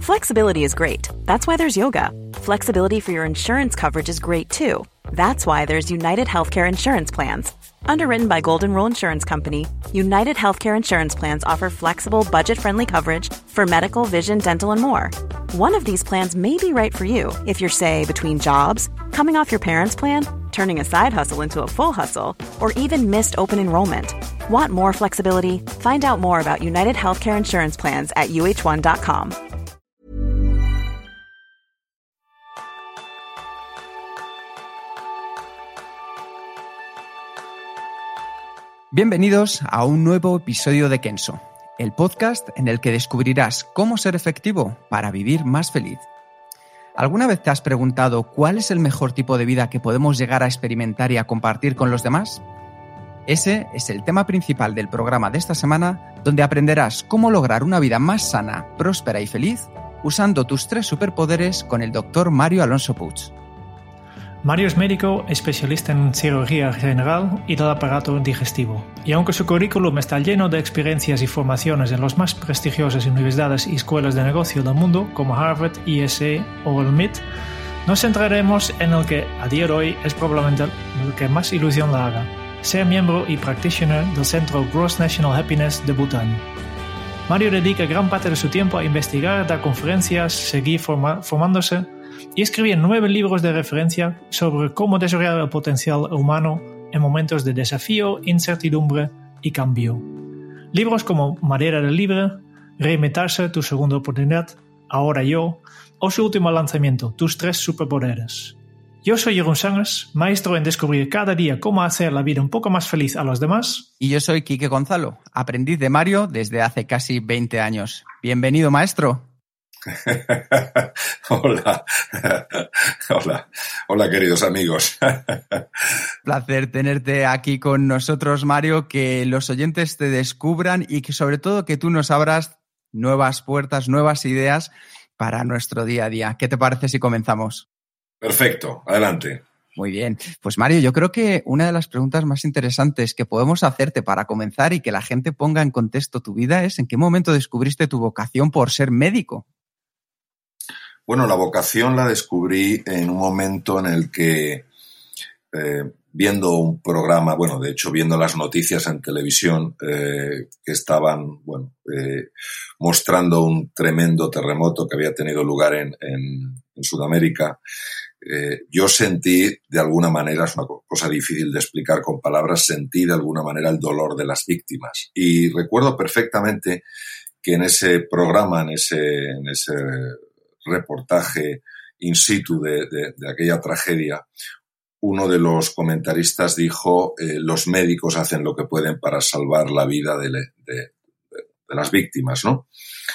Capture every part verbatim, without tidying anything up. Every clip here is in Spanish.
Flexibility is great. That's why there's yoga. Flexibility for your insurance coverage is great too. That's why there's United Healthcare Insurance Plans. Underwritten by Golden Rule Insurance Company, United Healthcare Insurance Plans offer flexible, budget-friendly coverage for medical, vision, dental, and more. One of these plans may be right for you if you're, say, between jobs, coming off your parents' plan, turning a side hustle into a full hustle, or even missed open enrollment. Want more flexibility? Find out more about United Healthcare Insurance Plans at U H one dot com. Bienvenidos a un nuevo episodio de Kenso, el podcast en el que descubrirás cómo ser efectivo para vivir más feliz. ¿Alguna vez te has preguntado cuál es el mejor tipo de vida que podemos llegar a experimentar y a compartir con los demás? Ese es el tema principal del programa de esta semana, donde aprenderás cómo lograr una vida más sana, próspera y feliz usando tus tres superpoderes con el doctor Mario Alonso Puig. Mario es médico, especialista en cirugía general y del aparato digestivo. Y aunque su currículum está lleno de experiencias y formaciones en las más prestigiosas universidades y escuelas de negocio del mundo, como Harvard, I S E o el M I T, nos centraremos en el que, a día de hoy, es probablemente el que más ilusión le haga: ser miembro y practitioner del Centro Gross National Happiness de Bután. Mario dedica gran parte de su tiempo a investigar, dar conferencias, seguir forma- formándose y escribir nueve libros de referencia sobre cómo desarrollar el potencial humano en momentos de desafío, incertidumbre y cambio. Libros como Madera del Libre, Reinventarse, tu segunda oportunidad, Ahora yo, o su último lanzamiento, Tus tres superpoderes. Yo soy Jeroen Sangers, maestro en descubrir cada día cómo hacer la vida un poco más feliz a los demás. Y yo soy Quique Gonzalo, aprendiz de Mario desde hace casi veinte años. Bienvenido, maestro. Hola, hola, hola queridos amigos. Placer tenerte aquí con nosotros, Mario, que los oyentes te descubran y que sobre todo que tú nos abras nuevas puertas, nuevas ideas para nuestro día a día. ¿Qué te parece si comenzamos? Perfecto, adelante. Muy bien. Pues Mario, yo creo que una de las preguntas más interesantes que podemos hacerte para comenzar y que la gente ponga en contexto tu vida es ¿en qué momento descubriste tu vocación por ser médico? Bueno, la vocación la descubrí en un momento en el que, eh, viendo un programa, bueno, de hecho, viendo las noticias en televisión eh, que estaban, bueno, eh, mostrando un tremendo terremoto que había tenido lugar en, en, en Sudamérica, eh, yo sentí, de alguna manera, es una cosa difícil de explicar con palabras, sentí de alguna manera el dolor de las víctimas. Y recuerdo perfectamente que en ese programa, en ese, en ese reportaje in situ de, de, de aquella tragedia, uno de los comentaristas dijo eh, los médicos hacen lo que pueden para salvar la vida de, de, de, de las víctimas, ¿no?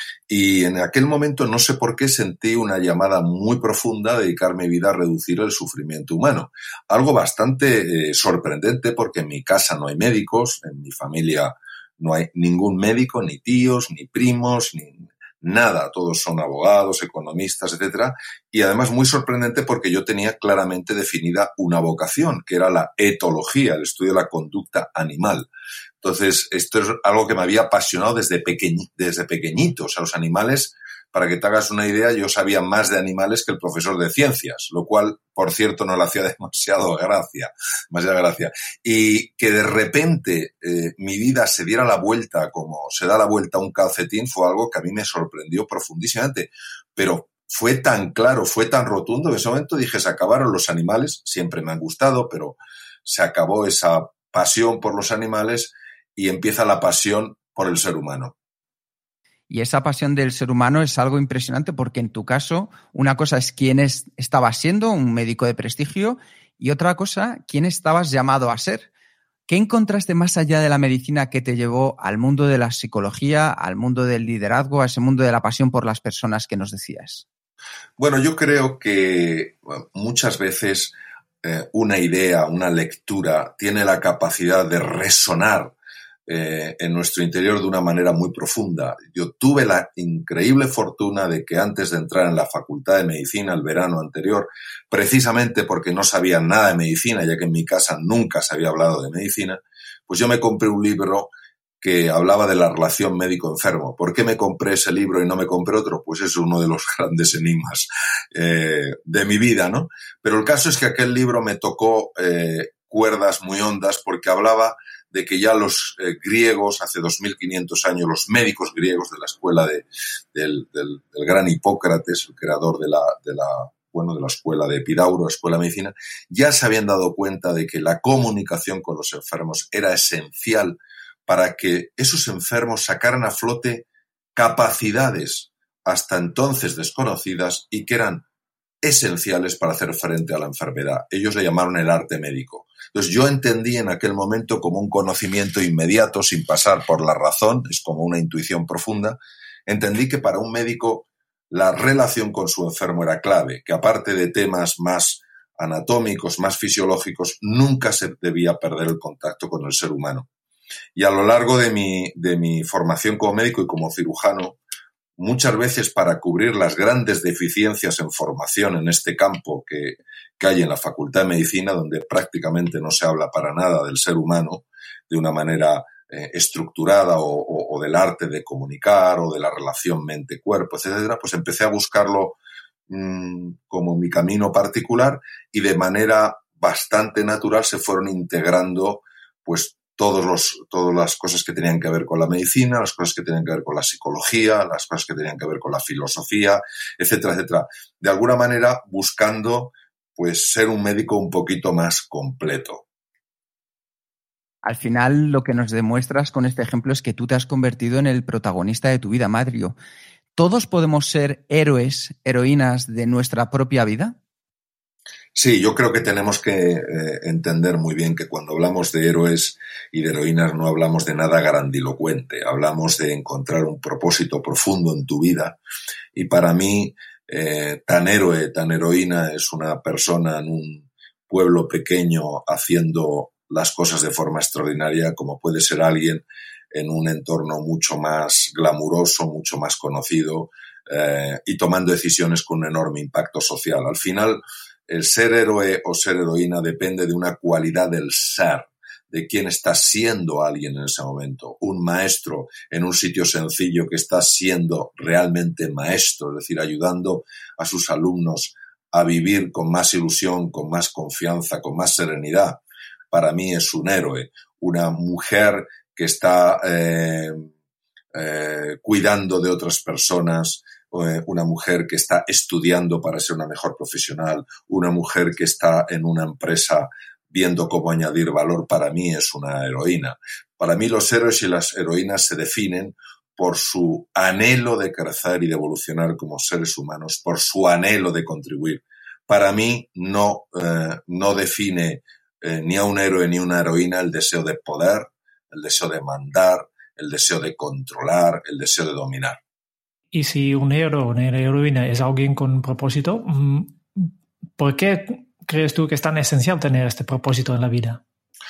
Y en aquel momento, no sé por qué, sentí una llamada muy profunda a dedicar mi vida a reducir el sufrimiento humano. Algo bastante eh, sorprendente porque en mi casa no hay médicos, en mi familia no hay ningún médico, ni tíos, ni primos, ni nada, todos son abogados, economistas, etcétera, y además muy sorprendente porque yo tenía claramente definida una vocación, que era la etología, el estudio de la conducta animal. Entonces, esto es algo que me había apasionado desde, pequeñi, desde pequeñito. O sea, los animales, para que te hagas una idea, yo sabía más de animales que el profesor de ciencias, lo cual, por cierto, no le hacía demasiado gracia, demasiada gracia. Y que de repente eh, mi vida se diera la vuelta como se da la vuelta a un calcetín fue algo que a mí me sorprendió profundísimamente. Pero fue tan claro, fue tan rotundo, en ese momento dije, se acabaron los animales, siempre me han gustado, pero se acabó esa pasión por los animales y empieza la pasión por el ser humano. Y esa pasión del ser humano es algo impresionante porque en tu caso una cosa es quién es, estabas siendo, un médico de prestigio, y otra cosa, quién estabas llamado a ser. ¿Qué encontraste más allá de la medicina que te llevó al mundo de la psicología, al mundo del liderazgo, a ese mundo de la pasión por las personas que nos decías? Bueno, yo creo que muchas veces eh, una idea, una lectura tiene la capacidad de resonar Eh, en nuestro interior de una manera muy profunda. Yo tuve la increíble fortuna de que antes de entrar en la Facultad de Medicina el verano anterior, precisamente porque no sabía nada de medicina, ya que en mi casa nunca se había hablado de medicina, pues yo me compré un libro que hablaba de la relación médico-enfermo. ¿Por qué me compré ese libro y no me compré otro? Pues es uno de los grandes enigmas eh, de mi vida, ¿no? Pero el caso es que aquel libro me tocó eh, cuerdas muy hondas porque hablaba de que ya los eh, griegos, hace dos mil quinientos años, los médicos griegos de la escuela de, del, del, del gran Hipócrates, el creador de la, de la, bueno, de la escuela de Epidauro, la escuela de medicina, ya se habían dado cuenta de que la comunicación con los enfermos era esencial para que esos enfermos sacaran a flote capacidades hasta entonces desconocidas y que eran esenciales para hacer frente a la enfermedad. Ellos le llamaron el arte médico. Entonces yo entendí en aquel momento como un conocimiento inmediato, sin pasar por la razón, es como una intuición profunda, entendí que para un médico la relación con su enfermo era clave, que aparte de temas más anatómicos, más fisiológicos, nunca se debía perder el contacto con el ser humano. Y a lo largo de mi, de mi formación como médico y como cirujano, muchas veces para cubrir las grandes deficiencias en formación en este campo que, que hay en la Facultad de Medicina, donde prácticamente no se habla para nada del ser humano de una manera eh, estructurada o, o, o del arte de comunicar o de la relación mente-cuerpo, etcétera, pues empecé a buscarlo mmm, como mi camino particular y de manera bastante natural se fueron integrando pues Todos los, todas las cosas que tenían que ver con la medicina, las cosas que tenían que ver con la psicología, las cosas que tenían que ver con la filosofía, etcétera, etcétera. De alguna manera buscando, pues, ser un médico un poquito más completo. Al final, lo que nos demuestras con este ejemplo es que tú te has convertido en el protagonista de tu vida, Mario. ¿Todos podemos ser héroes, heroínas de nuestra propia vida? Sí, yo creo que tenemos que eh, entender muy bien que cuando hablamos de héroes y de heroínas no hablamos de nada grandilocuente, hablamos de encontrar un propósito profundo en tu vida y para mí eh, tan héroe, tan heroína es una persona en un pueblo pequeño haciendo las cosas de forma extraordinaria como puede ser alguien en un entorno mucho más glamuroso, mucho más conocido eh, y tomando decisiones con un enorme impacto social. Al final, el ser héroe o ser heroína depende de una cualidad del ser, de quién está siendo alguien en ese momento. Un maestro en un sitio sencillo que está siendo realmente maestro, es decir, ayudando a sus alumnos a vivir con más ilusión, con más confianza, con más serenidad. Para mí es un héroe. Una mujer que está eh, eh, cuidando de otras personas, una mujer que está estudiando para ser una mejor profesional, una mujer que está en una empresa viendo cómo añadir valor, para mí es una heroína. Para mí los héroes y las heroínas se definen por su anhelo de crecer y de evolucionar como seres humanos, por su anhelo de contribuir. Para mí no, eh, no define eh, ni a un héroe ni una heroína el deseo de poder, el deseo de mandar, el deseo de controlar, el deseo de dominar. Y si un héroe o una heroína es alguien con propósito, ¿por qué crees tú que es tan esencial tener este propósito en la vida?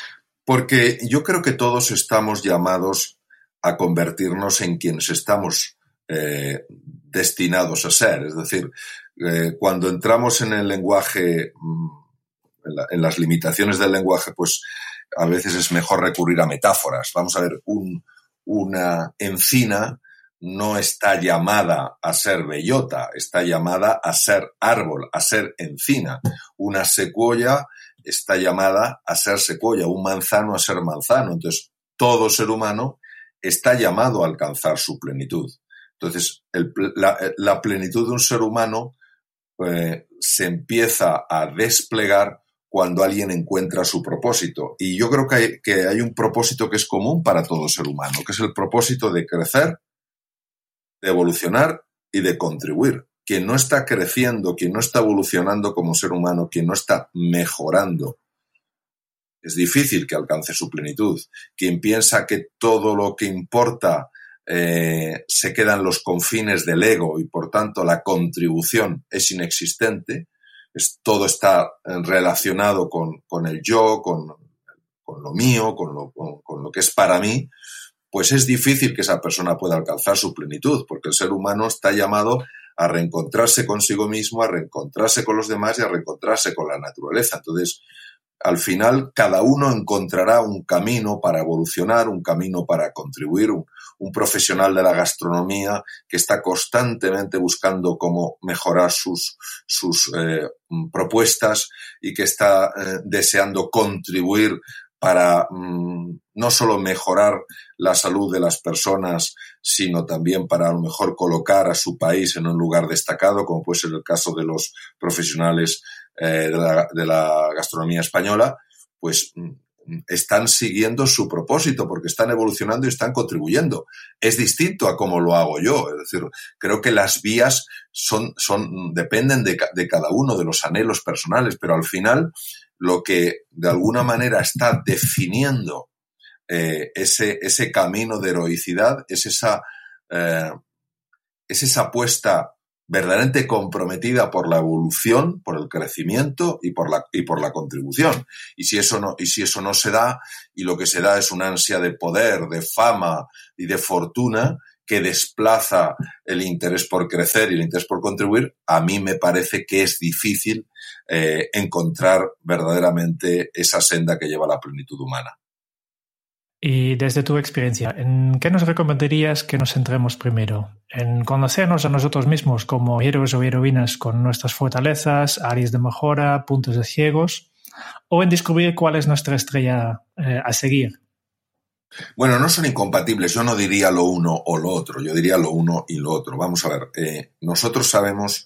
Porque yo creo que todos estamos llamados a convertirnos en quienes estamos eh, destinados a ser. Es decir, eh, cuando entramos en el lenguaje, en, la, en las limitaciones del lenguaje, pues a veces es mejor recurrir a metáforas. Vamos a ver, un, una encina no está llamada a ser bellota, está llamada a ser árbol, a ser encina. Una secuoya está llamada a ser secuoya, un manzano a ser manzano. Entonces, todo ser humano está llamado a alcanzar su plenitud. Entonces, el, la, la plenitud de un ser humano eh, se empieza a desplegar cuando alguien encuentra su propósito. Y yo creo que hay, que hay un propósito que es común para todo ser humano, que es el propósito de crecer, de evolucionar y de contribuir. Quien no está creciendo, quien no está evolucionando como ser humano, quien no está mejorando, es difícil que alcance su plenitud. Quien piensa que todo lo que importa eh, se queda en los confines del ego y por tanto la contribución es inexistente, es, todo está relacionado con, con el yo, con, con lo mío, con lo, con, con lo que es para mí, pues es difícil que esa persona pueda alcanzar su plenitud, porque el ser humano está llamado a reencontrarse consigo mismo, a reencontrarse con los demás y a reencontrarse con la naturaleza. Entonces, al final cada uno encontrará un camino para evolucionar, un camino para contribuir, un, un profesional de la gastronomía que está constantemente buscando cómo mejorar sus, sus eh, propuestas y que está eh, deseando contribuir para mmm, no solo mejorar la salud de las personas, sino también para a lo mejor colocar a su país en un lugar destacado, como puede ser el caso de los profesionales eh, de, la, de la gastronomía española, pues mmm, están siguiendo su propósito porque están evolucionando y están contribuyendo. Es distinto a cómo lo hago yo. Es decir, creo que las vías son, son, dependen de, de cada uno, de los anhelos personales, pero al final lo que de alguna manera está definiendo eh, ese, ese camino de heroicidad es esa, eh, es esa apuesta verdaderamente comprometida por la evolución, por el crecimiento y por la, y por la contribución. Y si eso no, y si eso no se da, y lo que se da es una ansia de poder, de fama y de fortuna que desplaza el interés por crecer y el interés por contribuir, a mí me parece que es difícil eh, encontrar verdaderamente esa senda que lleva a la plenitud humana. Y desde tu experiencia, ¿en qué nos recomendarías que nos centremos primero? ¿En conocernos a nosotros mismos como héroes o heroínas con nuestras fortalezas, áreas de mejora, puntos de ciegos? ¿O en descubrir cuál es nuestra estrella eh, a seguir? Bueno, no son incompatibles. Yo no diría lo uno o lo otro. Yo diría lo uno y lo otro. Vamos a ver. Eh, nosotros sabemos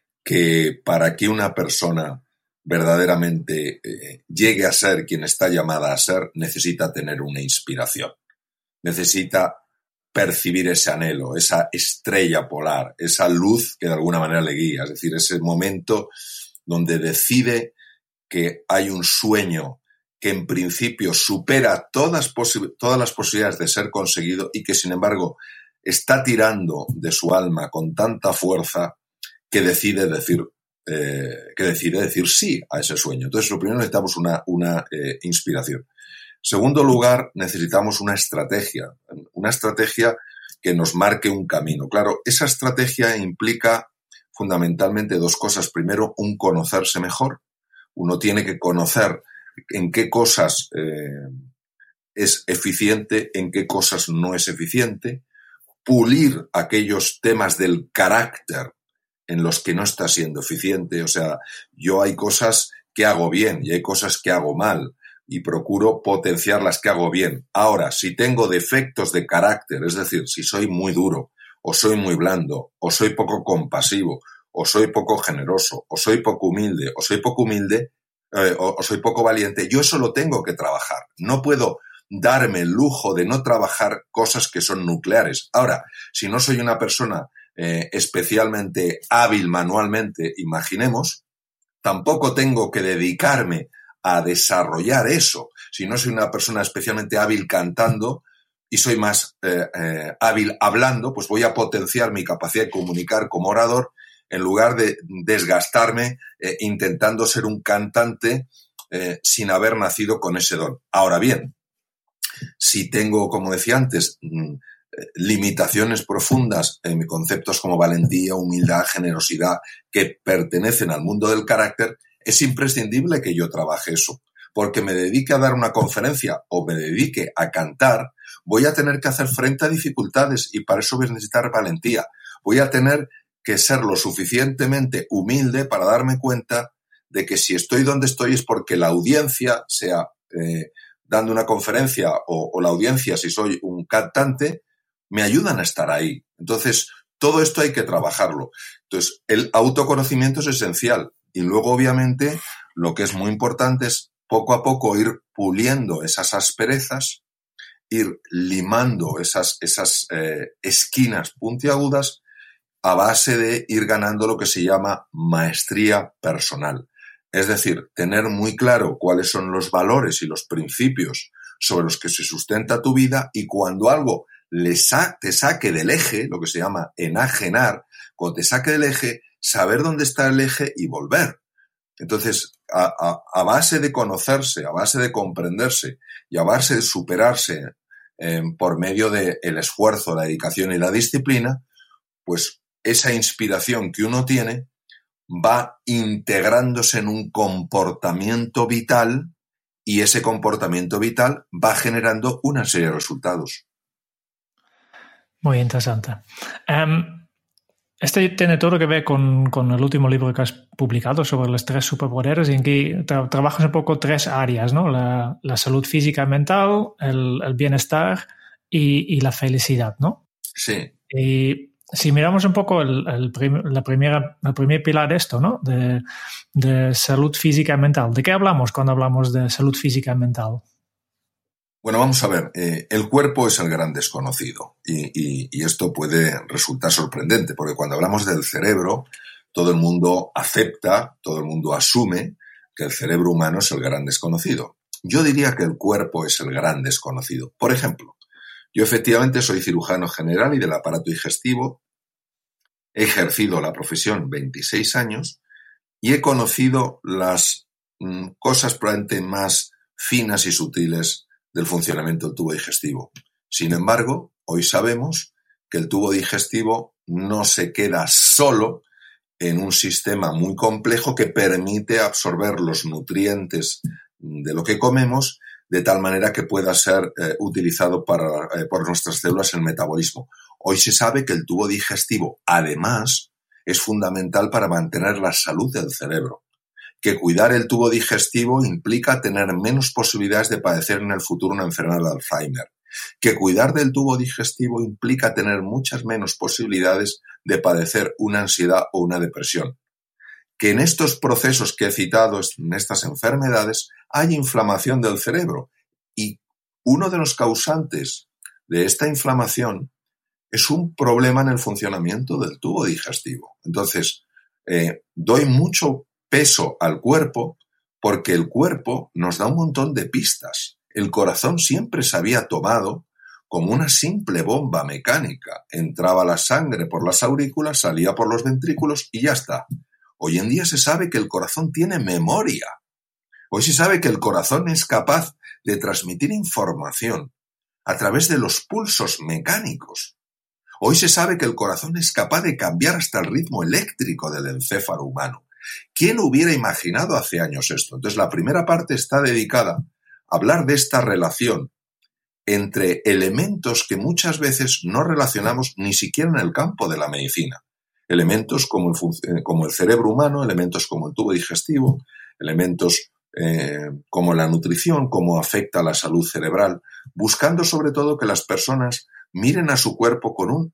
que para que una persona verdaderamente eh, llegue a ser quien está llamada a ser, necesita tener una inspiración. Necesita percibir ese anhelo, esa estrella polar, esa luz que de alguna manera le guía. Es decir, ese momento donde decide que hay un sueño que en principio supera todas, posi- todas las posibilidades de ser conseguido y que, sin embargo, está tirando de su alma con tanta fuerza que decide decir, eh, que decide decir sí a ese sueño. Entonces, lo primero, necesitamos una, una eh, inspiración. Segundo lugar, necesitamos una estrategia, una estrategia que nos marque un camino. Claro, esa estrategia implica fundamentalmente dos cosas. Primero, un conocerse mejor. Uno tiene que conocer en qué cosas eh, es eficiente, en qué cosas no es eficiente, pulir aquellos temas del carácter en los que no está siendo eficiente. O sea, yo hay cosas que hago bien y hay cosas que hago mal y procuro potenciar las que hago bien. Ahora, si tengo defectos de carácter, es decir, si soy muy duro, o soy muy blando, o soy poco compasivo, o soy poco generoso, o soy poco humilde, o soy poco humilde, Eh, o, o soy poco valiente, yo eso lo tengo que trabajar. No puedo darme el lujo de no trabajar cosas que son nucleares. Ahora, si no soy una persona eh, especialmente hábil manualmente, imaginemos, tampoco tengo que dedicarme a desarrollar eso. Si no soy una persona especialmente hábil cantando y soy más eh, eh, hábil hablando, pues voy a potenciar mi capacidad de comunicar como orador en lugar de desgastarme eh, intentando ser un cantante eh, sin haber nacido con ese don. Ahora bien, si tengo, como decía antes, mm, eh, limitaciones profundas en conceptos como valentía, humildad, generosidad, que pertenecen al mundo del carácter, es imprescindible que yo trabaje eso. Porque me dedique a dar una conferencia o me dedique a cantar, voy a tener que hacer frente a dificultades y para eso voy a necesitar valentía. Voy a tener que ser lo suficientemente humilde para darme cuenta de que si estoy donde estoy es porque la audiencia, sea eh, dando una conferencia o, o la audiencia, si soy un cantante, me ayudan a estar ahí. Entonces, todo esto hay que trabajarlo. Entonces, el autoconocimiento es esencial. Y luego, obviamente, lo que es muy importante es poco a poco ir puliendo esas asperezas, ir limando esas, esas eh, esquinas puntiagudas a base de ir ganando lo que se llama maestría personal. Es decir, tener muy claro cuáles son los valores y los principios sobre los que se sustenta tu vida y cuando algo le sa- te saque del eje, lo que se llama enajenar, cuando te saque del eje, saber dónde está el eje y volver. Entonces, a, a, a base de conocerse, a base de comprenderse y a base de superarse eh, por medio del esfuerzo, la dedicación y la disciplina, pues esa inspiración que uno tiene va integrándose en un comportamiento vital y ese comportamiento vital va generando una serie de resultados. Muy interesante. Um, este tiene todo que ver con, con el último libro que has publicado sobre los tres superpoderes, en que tra- trabajas un poco tres áreas, ¿no? La, la salud física y mental, el, el bienestar y, y la felicidad, ¿no? Sí. Y si miramos un poco el, el, prim, la primera, el primer pilar de esto, ¿no? De, de salud física y mental. ¿De qué hablamos cuando hablamos de salud física y mental? Bueno, vamos a ver, eh, el cuerpo es el gran desconocido y, y, y esto puede resultar sorprendente porque cuando hablamos del cerebro, todo el mundo acepta, todo el mundo asume que el cerebro humano es el gran desconocido. Yo diría que el cuerpo es el gran desconocido. Por ejemplo, yo efectivamente soy cirujano general y del aparato digestivo, he ejercido la profesión veintiséis años y he conocido las mm, cosas probablemente más finas y sutiles del funcionamiento del tubo digestivo. Sin embargo, hoy sabemos que el tubo digestivo no se queda solo en un sistema muy complejo que permite absorber los nutrientes de lo que comemos de tal manera que pueda ser eh, utilizado para, eh, por nuestras células en el metabolismo. Hoy se sabe que el tubo digestivo, además, es fundamental para mantener la salud del cerebro. Que cuidar el tubo digestivo implica tener menos posibilidades de padecer en el futuro una enfermedad de Alzheimer. Que cuidar del tubo digestivo implica tener muchas menos posibilidades de padecer una ansiedad o una depresión. Que en estos procesos que he citado, en estas enfermedades, hay inflamación del cerebro. Y uno de los causantes de esta inflamación es un problema en el funcionamiento del tubo digestivo. Entonces, eh, doy mucho peso al cuerpo porque el cuerpo nos da un montón de pistas. El corazón siempre se había tomado como una simple bomba mecánica. Entraba la sangre por las aurículas, salía por los ventrículos y ya está. Hoy en día se sabe que el corazón tiene memoria. Hoy se sabe que el corazón es capaz de transmitir información a través de los pulsos mecánicos. Hoy se sabe que el corazón es capaz de cambiar hasta el ritmo eléctrico del encéfalo humano. ¿Quién hubiera imaginado hace años esto? Entonces, la primera parte está dedicada a hablar de esta relación entre elementos que muchas veces no relacionamos ni siquiera en el campo de la medicina. Elementos como el, como el cerebro humano, elementos como el tubo digestivo, elementos eh, como la nutrición, cómo afecta a la salud cerebral, buscando sobre todo que las personas miren a su cuerpo con un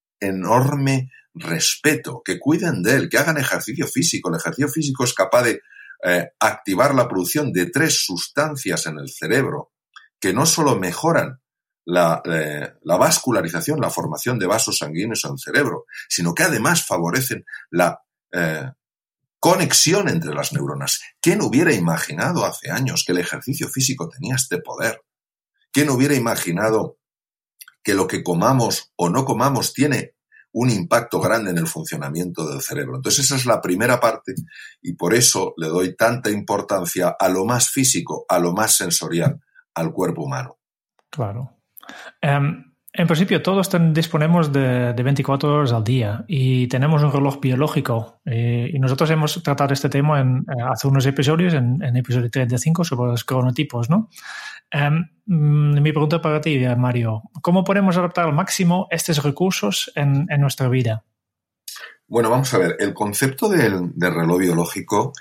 enorme respeto, que cuiden de él, que hagan ejercicio físico. El ejercicio físico es capaz de eh, activar la producción de tres sustancias en el cerebro que no solo mejoran la, eh, la vascularización, la formación de vasos sanguíneos en el cerebro, sino que además favorecen la eh, conexión entre las neuronas. ¿Quién hubiera imaginado hace años que el ejercicio físico tenía este poder? ¿Quién hubiera imaginado que lo que comamos o no comamos tiene un impacto grande en el funcionamiento del cerebro? Entonces esa es la primera parte y por eso le doy tanta importancia a lo más físico, a lo más sensorial, al cuerpo humano. Claro. Um, en principio todos ten, disponemos de, de veinticuatro horas al día y tenemos un reloj biológico eh, y nosotros hemos tratado este tema en, eh, hace unos episodios, en, en episodio treinta y cinco, sobre los cronotipos, ¿no? Um, mi pregunta para ti, Mario, ¿cómo podemos adaptar al máximo estos recursos en, en nuestra vida? Bueno, vamos a ver, el concepto del, del reloj biológico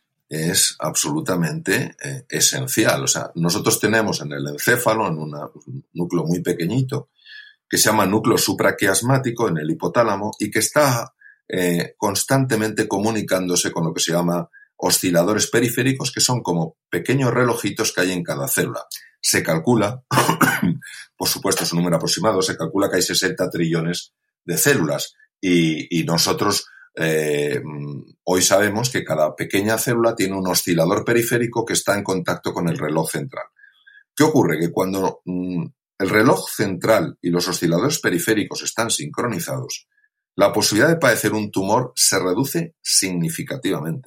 es absolutamente eh, esencial. O sea, nosotros tenemos en el encéfalo, en una, un núcleo muy pequeñito, que se llama núcleo supraquiasmático en el hipotálamo y que está eh, constantemente comunicándose con lo que se llama osciladores periféricos, que son como pequeños relojitos que hay en cada célula. Se calcula, por supuesto es un número aproximado, se calcula que hay sesenta trillones de células y, y nosotros eh, hoy sabemos que cada pequeña célula tiene un oscilador periférico que está en contacto con el reloj central. ¿Qué ocurre? Que cuando mm, el reloj central y los osciladores periféricos están sincronizados, la posibilidad de padecer un tumor se reduce significativamente.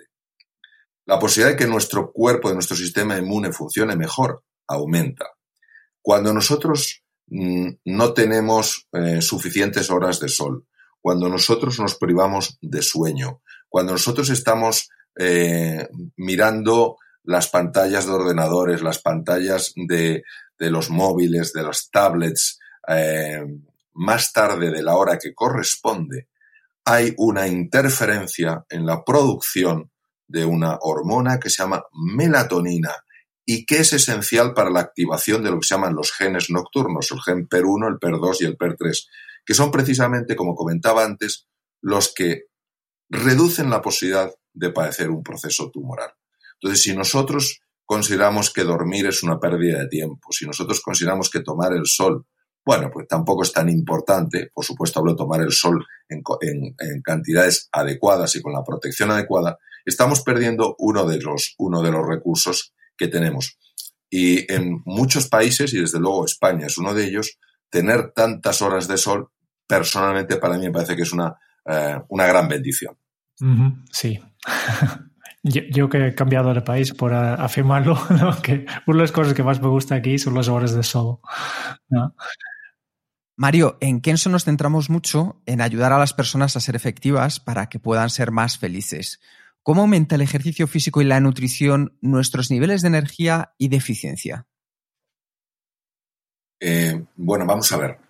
La posibilidad de que nuestro cuerpo, de nuestro sistema inmune funcione mejor, aumenta. Cuando nosotros mm, no tenemos eh, suficientes horas de sol, cuando nosotros nos privamos de sueño, cuando nosotros estamos eh, mirando las pantallas de ordenadores, las pantallas de, de los móviles, de las tablets, eh, más tarde de la hora que corresponde, hay una interferencia en la producción de una hormona que se llama melatonina y que es esencial para la activación de lo que se llaman los genes nocturnos, el gen P E R uno, el P E R dos y el P E R tres, que son precisamente, como comentaba antes, los que reducen la posibilidad de padecer un proceso tumoral. Entonces, si nosotros consideramos que dormir es una pérdida de tiempo, si nosotros consideramos que tomar el sol, bueno, pues tampoco es tan importante, por supuesto hablo de tomar el sol en, en, en cantidades adecuadas y con la protección adecuada, estamos perdiendo uno de los, uno de los recursos que tenemos. Y en muchos países, y desde luego España es uno de ellos, tener tantas horas de sol, personalmente para mí me parece que es una, eh, una gran bendición. Uh-huh, sí. yo, yo que he cambiado de país por uh, afirmarlo, ¿no? Que una de las cosas que más me gusta aquí son las horas de sol, ¿no? Mario, en Kenso nos centramos mucho en ayudar a las personas a ser efectivas para que puedan ser más felices. ¿Cómo aumenta el ejercicio físico y la nutrición nuestros niveles de energía y de eficiencia? Eh, bueno, vamos a ver.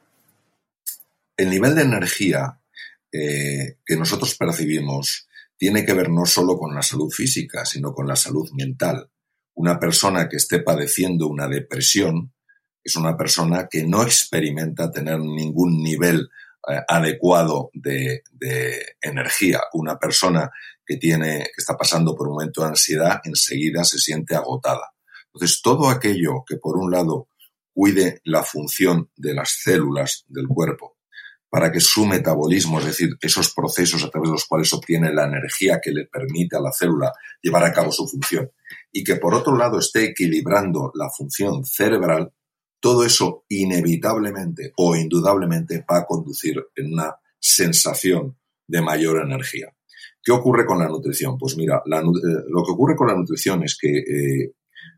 El nivel de energía eh, que nosotros percibimos tiene que ver no solo con la salud física, sino con la salud mental. Una persona que esté padeciendo una depresión es una persona que no experimenta tener ningún nivel eh, adecuado de, de energía. Una persona que tiene, que está pasando por un momento de ansiedad, enseguida se siente agotada. Entonces, todo aquello que, por un lado, cuide la función de las células del cuerpo para que su metabolismo, es decir, esos procesos a través de los cuales obtiene la energía que le permite a la célula llevar a cabo su función, y que, por otro lado, esté equilibrando la función cerebral, todo eso inevitablemente o indudablemente va a conducir en una sensación de mayor energía. ¿Qué ocurre con la nutrición? Pues mira, la, eh, lo que ocurre con la nutrición es que eh,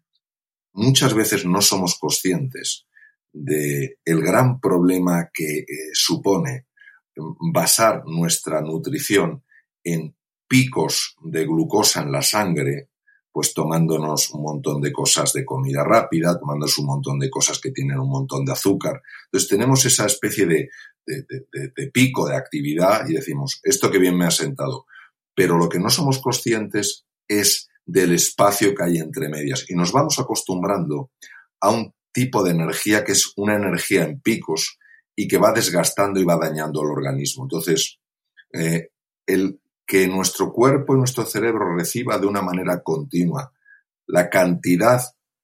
muchas veces no somos conscientes del gran problema que eh, supone basar nuestra nutrición en picos de glucosa en la sangre, pues tomándonos un montón de cosas de comida rápida, tomándonos un montón de cosas que tienen un montón de azúcar. Entonces tenemos esa especie de, de, de, de pico de actividad y decimos, esto que bien me ha sentado. Pero lo que no somos conscientes es del espacio que hay entre medias. Y nos vamos acostumbrando a un tipo de energía que es una energía en picos y que va desgastando y va dañando al organismo. Entonces, eh, el que nuestro cuerpo y nuestro cerebro reciba de una manera continua la cantidad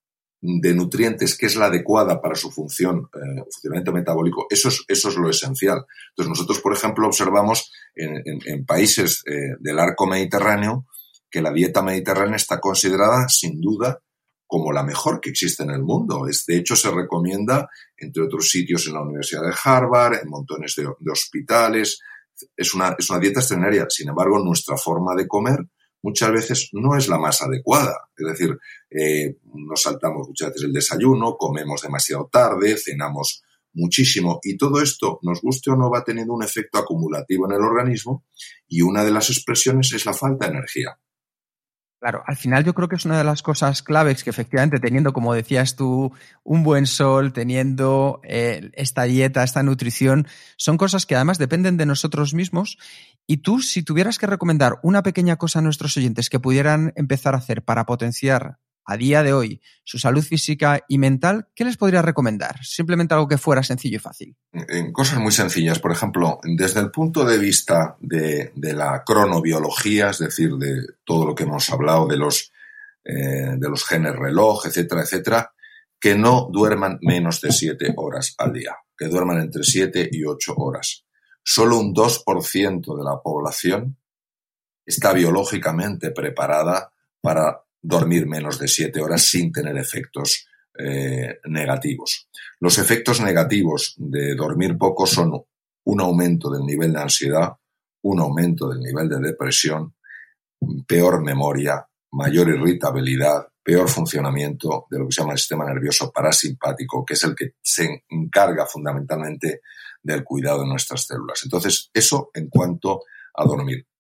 de nutrientes que es la adecuada para su función, eh, funcionamiento metabólico, eso es, eso es lo esencial. Entonces nosotros, por ejemplo, observamos en, en, en países eh, del arco mediterráneo que la dieta mediterránea está considerada sin duda como la mejor que existe en el mundo. Es, de hecho, se recomienda, entre otros sitios, en la Universidad de Harvard, en montones de, de hospitales. Es una, es una dieta extraordinaria. Sin embargo, nuestra forma de comer muchas veces no es la más adecuada. Es decir, eh, nos saltamos muchas veces el desayuno, comemos demasiado tarde, cenamos muchísimo y todo esto, nos guste o no, va teniendo un efecto acumulativo en el organismo y una de las expresiones es la falta de energía. Claro, al final yo creo que es una de las cosas claves que efectivamente teniendo, como decías tú, un buen sol, teniendo eh, esta dieta, esta nutrición, son cosas que además dependen de nosotros mismos. Y tú, si tuvieras que recomendar una pequeña cosa a nuestros oyentes que pudieran empezar a hacer para potenciar a día de hoy su salud física y mental, ¿qué les podrías recomendar? Simplemente algo que fuera sencillo y fácil. En cosas muy sencillas, por ejemplo, desde el punto de vista de, de la cronobiología, es decir, de todo lo que hemos hablado de los, eh, de los genes reloj, etcétera, etcétera, que no duerman menos de siete horas al día, que duerman entre siete y ocho horas. Solo un dos por ciento de la población está biológicamente preparada para dormir menos de siete horas sin tener efectos eh, negativos. Los efectos negativos de dormir poco son un aumento del nivel de ansiedad, un aumento del nivel de depresión, peor memoria, mayor irritabilidad, peor funcionamiento de lo que se llama el sistema nervioso parasimpático, que es el que se encarga fundamentalmente del cuidado de nuestras células. Entonces, eso en cuanto a dormir.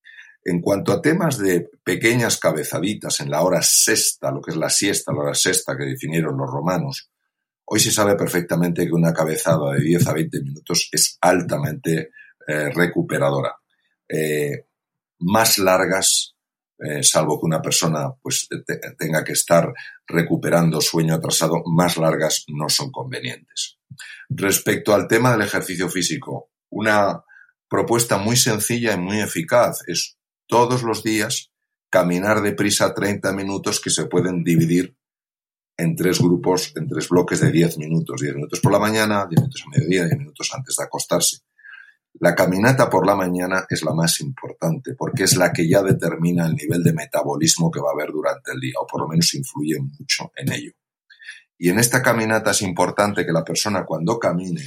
En cuanto a temas de pequeñas cabezaditas en la hora sexta, lo que es la siesta, la hora sexta que definieron los romanos, hoy se sabe perfectamente que una cabezada de diez a veinte minutos es altamente eh, recuperadora. Eh, más largas, eh, salvo que una persona pues te, tenga que estar recuperando sueño atrasado, más largas no son convenientes. Respecto al tema del ejercicio físico, una propuesta muy sencilla y muy eficaz es todos los días caminar deprisa treinta minutos que se pueden dividir en tres grupos, en tres bloques de diez minutos. diez minutos por la mañana, diez minutos a mediodía, diez minutos antes de acostarse. La caminata por la mañana es la más importante porque es la que ya determina el nivel de metabolismo que va a haber durante el día, o por lo menos influye mucho en ello. Y en esta caminata es importante que la persona cuando camine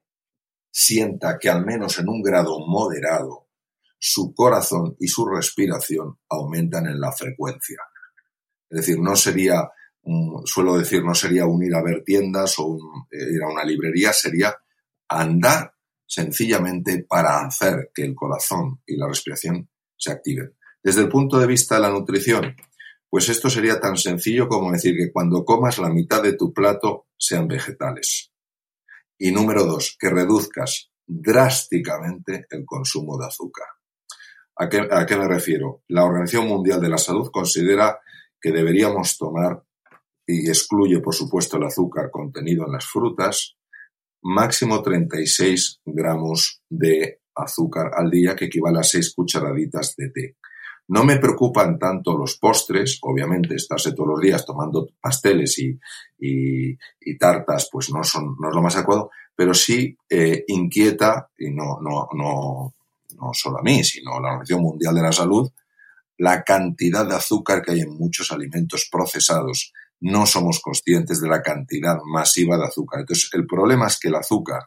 sienta que al menos en un grado moderado su corazón y su respiración aumentan en la frecuencia. Es decir, no sería, um, suelo decir, no sería un ir a ver tiendas o un, eh, ir a una librería, sería andar sencillamente para hacer que el corazón y la respiración se activen. Desde el punto de vista de la nutrición, pues esto sería tan sencillo como decir que cuando comas la mitad de tu plato sean vegetales. Y número dos, que reduzcas drásticamente el consumo de azúcar. ¿A qué, a qué me refiero? La Organización Mundial de la Salud considera que deberíamos tomar, y excluye por supuesto el azúcar contenido en las frutas, máximo treinta y seis gramos de azúcar al día, que equivale a seis cucharaditas de té. No me preocupan tanto los postres, obviamente estarse todos los días tomando pasteles y, y, y tartas pues no, son, no es lo más adecuado, pero sí eh, inquieta, y no, no, no, no solo a mí, sino a la Organización Mundial de la Salud, la cantidad de azúcar que hay en muchos alimentos procesados. No somos conscientes de la cantidad masiva de azúcar. Entonces, el problema es que el azúcar,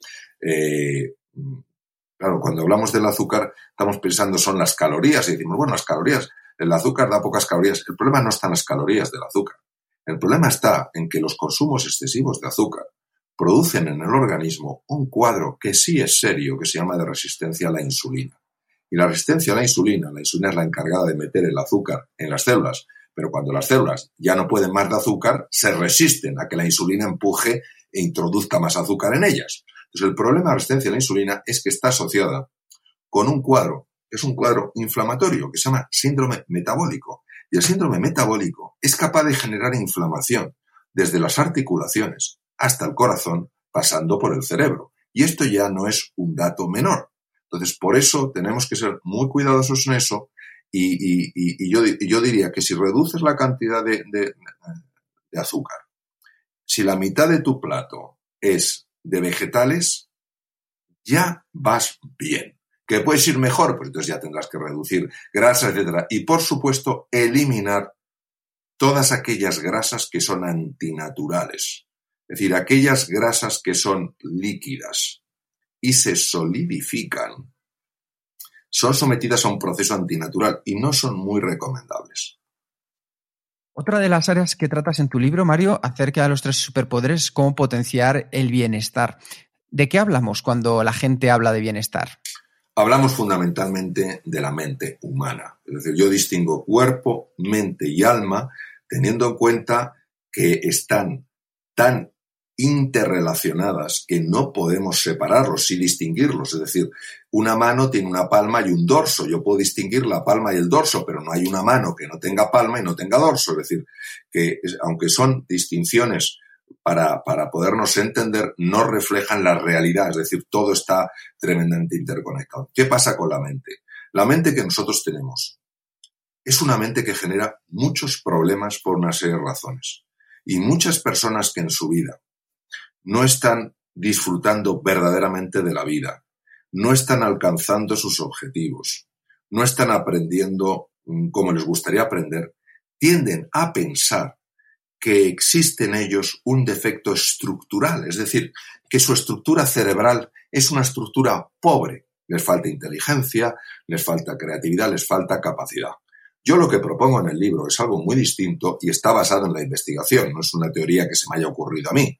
eh, claro, cuando hablamos del azúcar, estamos pensando son las calorías y decimos, bueno, las calorías, el azúcar da pocas calorías. El problema no está en las calorías del azúcar. El problema está en que los consumos excesivos de azúcar producen en el organismo un cuadro que sí es serio, que se llama de resistencia a la insulina. Y la resistencia a la insulina, la insulina es la encargada de meter el azúcar en las células, pero cuando las células ya no pueden más de azúcar, se resisten a que la insulina empuje e introduzca más azúcar en ellas. Entonces, el problema de la resistencia a la insulina es que está asociada con un cuadro, que es un cuadro inflamatorio, que se llama síndrome metabólico. Y el síndrome metabólico es capaz de generar inflamación desde las articulaciones hasta el corazón, pasando por el cerebro. Y esto ya no es un dato menor. Entonces, por eso tenemos que ser muy cuidadosos en eso y, y, y, y, yo, y yo diría que si reduces la cantidad de, de, de azúcar, si la mitad de tu plato es de vegetales, ya vas bien. ¿Que puedes ir mejor? Pues entonces ya tendrás que reducir grasas, etcétera. Y, por supuesto, eliminar todas aquellas grasas que son antinaturales. Es decir, aquellas grasas que son líquidas y se solidifican, son sometidas a un proceso antinatural y no son muy recomendables. Otra de las áreas que tratas en tu libro, Mario, acerca de los tres superpoderes es cómo potenciar el bienestar. ¿De qué hablamos cuando la gente habla de bienestar? Hablamos fundamentalmente de la mente humana. Es decir, yo distingo cuerpo, mente y alma teniendo en cuenta que están tan interrelacionadas que no podemos separarlos y distinguirlos. Es decir, una mano tiene una palma y un dorso. Yo puedo distinguir la palma y el dorso, pero no hay una mano que no tenga palma y no tenga dorso. Es decir, que aunque son distinciones para, para podernos entender, no reflejan la realidad. Es decir, todo está tremendamente interconectado. ¿Qué pasa con la mente? La mente que nosotros tenemos es una mente que genera muchos problemas por una serie de razones. Y muchas personas que en su vida no están disfrutando verdaderamente de la vida, no están alcanzando sus objetivos, no están aprendiendo como les gustaría aprender, tienden a pensar que existe en ellos un defecto estructural, es decir, que su estructura cerebral es una estructura pobre. Les falta inteligencia, les falta creatividad, les falta capacidad. Yo lo que propongo en el libro es algo muy distinto y está basado en la investigación, no es una teoría que se me haya ocurrido a mí.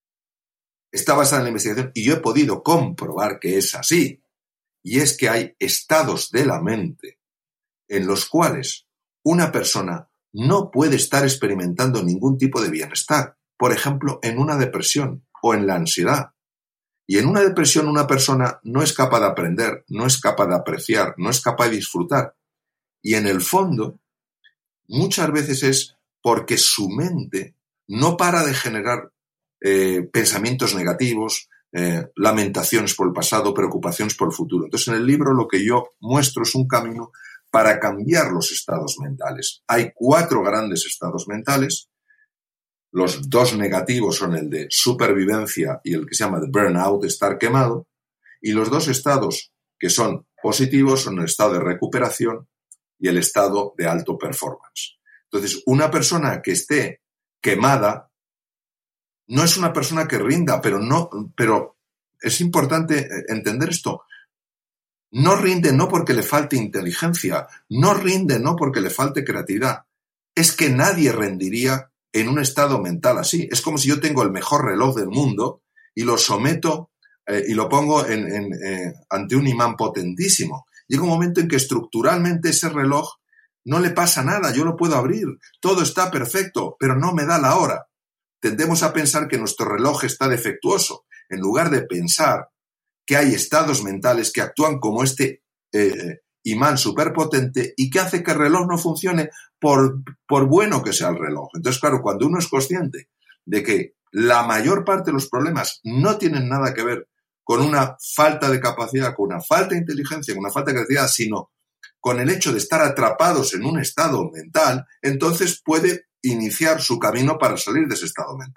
Está basada en la investigación y yo he podido comprobar que es así. Y es que hay estados de la mente en los cuales una persona no puede estar experimentando ningún tipo de bienestar. Por ejemplo, en una depresión o en la ansiedad. Y en una depresión una persona no es capaz de aprender, no es capaz de apreciar, no es capaz de disfrutar. Y en el fondo, muchas veces es porque su mente no para de generar eh, pensamientos negativos, eh, lamentaciones por el pasado, preocupaciones por el futuro. Entonces, en el libro lo que yo muestro es un camino para cambiar los estados mentales. Hay cuatro grandes estados mentales. Los dos negativos son el de supervivencia y el que se llama de burnout, estar quemado. Y los dos estados que son positivos son el estado de recuperación y el estado de alto performance. Entonces, una persona que esté quemada no es una persona que rinda, pero no, pero es importante entender esto. No rinde no porque le falte inteligencia, no rinde no porque le falte creatividad. Es que nadie rendiría en un estado mental así. Es como si yo tengo el mejor reloj del mundo y lo someto eh, y lo pongo en, en, eh, ante un imán potentísimo. Llega un momento en que estructuralmente ese reloj no le pasa nada, yo lo puedo abrir, todo está perfecto, pero no me da la hora. Tendemos a pensar que nuestro reloj está defectuoso, en lugar de pensar que hay estados mentales que actúan como este eh, imán superpotente y que hace que el reloj no funcione por, por bueno que sea el reloj. Entonces, claro, cuando uno es consciente de que la mayor parte de los problemas no tienen nada que ver con una falta de capacidad, con una falta de inteligencia, con una falta de creatividad, sino con el hecho de estar atrapados en un estado mental, entonces puede iniciar su camino para salir de ese estado mental.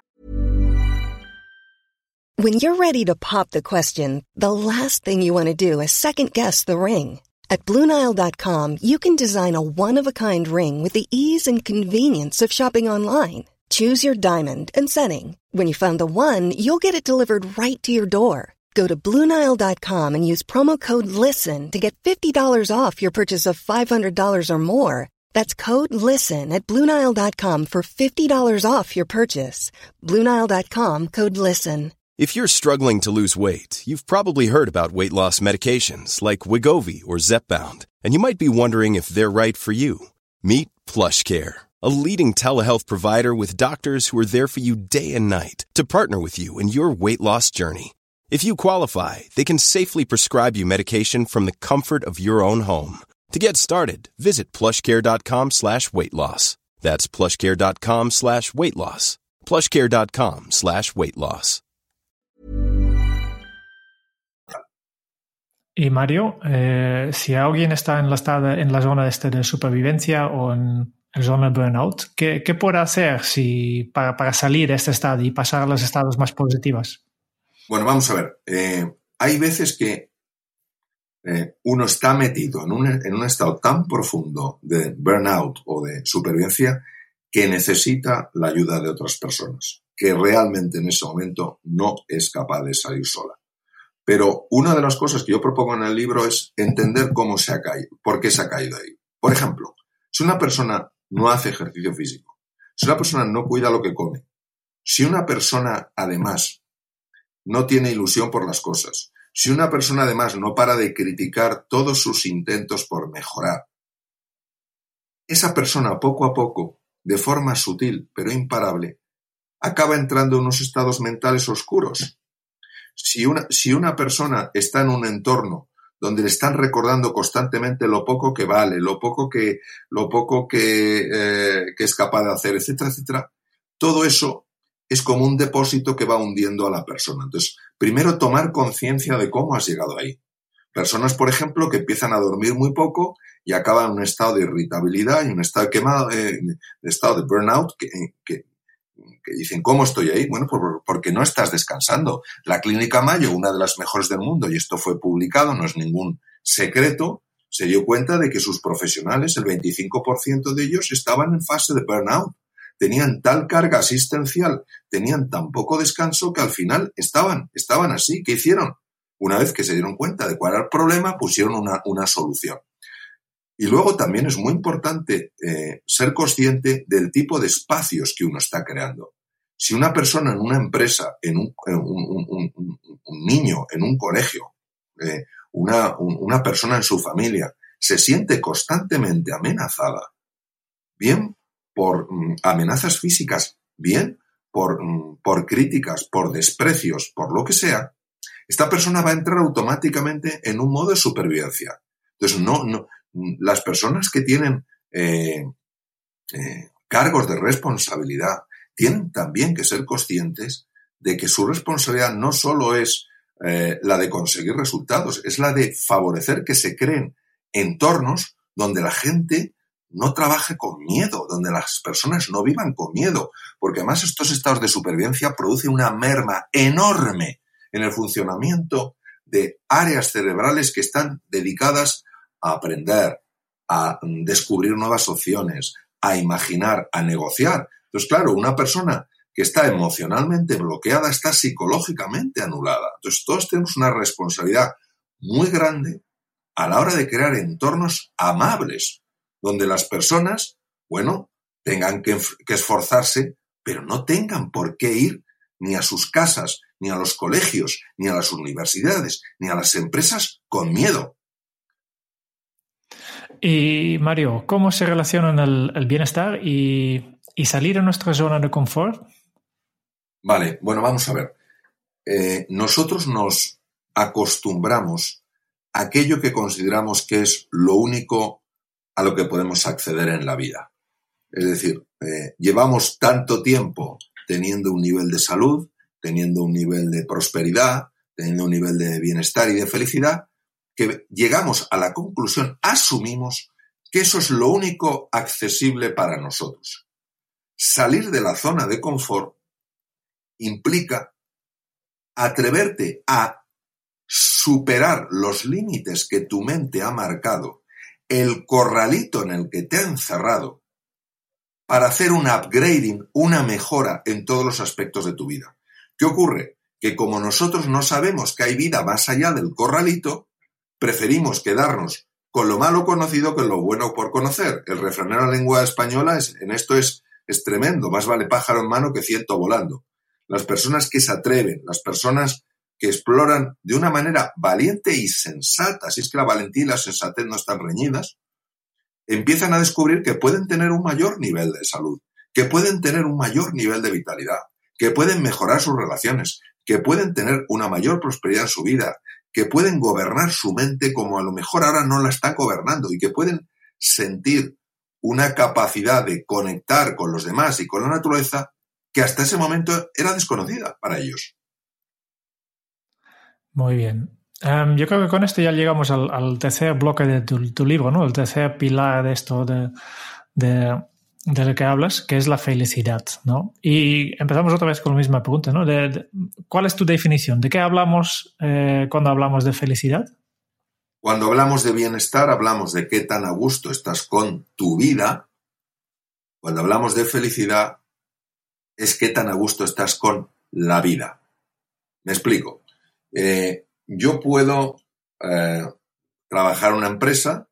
When you're ready to pop the question, the last thing you want to do is second-guess the ring. At Blue Nile dot com, you can design a one-of-a-kind ring with the ease and convenience of shopping online. Choose your diamond and setting. When you find the one, you'll get it delivered right to your door. Go to Blue Nile dot com and use promo code LISTEN to get fifty dollars off your purchase of five hundred dollars or more. That's code LISTEN at Blue Nile dot com for fifty dollars off your purchase. Blue Nile dot com, code LISTEN. If you're struggling to lose weight, you've probably heard about weight loss medications like Wegovy or Zepbound, and you might be wondering if they're right for you. Meet PlushCare, a leading telehealth provider with doctors who are there for you day and night to partner with you in your weight loss journey. If you qualify, they can safely prescribe you medication from the comfort of your own home. To get started, visit plushcare.com slash weight loss. That's plushcare.com slash weight loss. plushcare.com slash weight loss. Y Mario, eh, si alguien está en la, estado, en la zona este de supervivencia o en la zona de burnout, ¿qué, qué puede hacer si, para, para salir de este estado y pasar a los estados más positivos? Bueno, vamos a ver. Eh, hay veces que eh, uno está metido en un, en un estado tan profundo de burnout o de supervivencia que necesita la ayuda de otras personas, que realmente en ese momento no es capaz de salir sola. Pero una de las cosas que yo propongo en el libro es entender cómo se ha caído, por qué se ha caído ahí. Por ejemplo, si una persona no hace ejercicio físico, si una persona no cuida lo que come, si una persona además no tiene ilusión por las cosas, si una persona además no para de criticar todos sus intentos por mejorar, esa persona poco a poco, de forma sutil pero imparable, acaba entrando en unos estados mentales oscuros. Si una, si una persona está en un entorno donde le están recordando constantemente lo poco que vale, lo poco que, lo poco que, eh, que es capaz de hacer, etcétera, etcétera, todo eso es como un depósito que va hundiendo a la persona. Entonces, primero tomar conciencia de cómo has llegado ahí. Personas, por ejemplo, que empiezan a dormir muy poco y acaban en un estado de irritabilidad y un estado de quemado, eh, de estado de burnout, que, que, que dicen, ¿cómo estoy ahí? Bueno, pues porque no estás descansando. La Clínica Mayo, una de las mejores del mundo, y esto fue publicado, no es ningún secreto, se dio cuenta de que sus profesionales, el veinticinco por ciento de ellos, estaban en fase de burnout. Tenían tal carga asistencial, tenían tan poco descanso que al final estaban, estaban así. ¿Qué hicieron? Una vez que se dieron cuenta de cuál era el problema, pusieron una, una solución. Y luego también es muy importante eh, ser consciente del tipo de espacios que uno está creando. Si una persona en una empresa, en un, en un, un, un, un niño en un colegio, eh, una, un, una persona en su familia, se siente constantemente amenazada, bien por mm, amenazas físicas, bien por, mm, por críticas, por desprecios, por lo que sea, esta persona va a entrar automáticamente en un modo de supervivencia. Entonces, no, no, las personas que tienen eh, eh, cargos de responsabilidad tienen también que ser conscientes de que su responsabilidad no solo es eh, la de conseguir resultados, es la de favorecer que se creen entornos donde la gente no trabaje con miedo, donde las personas no vivan con miedo, porque además estos estados de supervivencia producen una merma enorme en el funcionamiento de áreas cerebrales que están dedicadas a aprender, a descubrir nuevas opciones, a imaginar, a negociar. Entonces, claro, una persona que está emocionalmente bloqueada está psicológicamente anulada. Entonces, todos tenemos una responsabilidad muy grande a la hora de crear entornos amables, donde las personas, bueno, tengan que, que esforzarse, pero no tengan por qué ir ni a sus casas, ni a los colegios, ni a las universidades, ni a las empresas con miedo. Y Mario, ¿cómo se relacionan el, el bienestar y, y salir de nuestra zona de confort? Vale, bueno, vamos a ver. Eh, nosotros nos acostumbramos a aquello que consideramos que es lo único a lo que podemos acceder en la vida. Es decir, eh, llevamos tanto tiempo teniendo un nivel de salud, teniendo un nivel de prosperidad, teniendo un nivel de bienestar y de felicidad, que llegamos a la conclusión, asumimos que eso es lo único accesible para nosotros. Salir de la zona de confort implica atreverte a superar los límites que tu mente ha marcado, el corralito en el que te ha encerrado, para hacer un upgrading, una mejora en todos los aspectos de tu vida. ¿Qué ocurre? Que como nosotros no sabemos que hay vida más allá del corralito, preferimos quedarnos con lo malo conocido que lo bueno por conocer. El refranero en la lengua española es, en esto es, es tremendo. Más vale pájaro en mano que ciento volando. Las personas que se atreven, las personas que exploran de una manera valiente y sensata, si es que la valentía y la sensatez no están reñidas, empiezan a descubrir que pueden tener un mayor nivel de salud, que pueden tener un mayor nivel de vitalidad, que pueden mejorar sus relaciones, que pueden tener una mayor prosperidad en su vida, que pueden gobernar su mente como a lo mejor ahora no la están gobernando y que pueden sentir una capacidad de conectar con los demás y con la naturaleza que hasta ese momento era desconocida para ellos. Muy bien. Um, yo creo que con esto ya llegamos al, al tercer bloque de tu, tu libro, ¿no? El tercer pilar de esto de, de, de lo que hablas, que es la felicidad, ¿no? Y empezamos otra vez con la misma pregunta, ¿no? De, de, ¿cuál es tu definición? ¿De qué hablamos eh, cuando hablamos de felicidad? Cuando hablamos de bienestar, hablamos de qué tan a gusto estás con tu vida. Cuando hablamos de felicidad, es qué tan a gusto estás con la vida. Me explico. Eh, yo puedo eh, trabajar en una empresa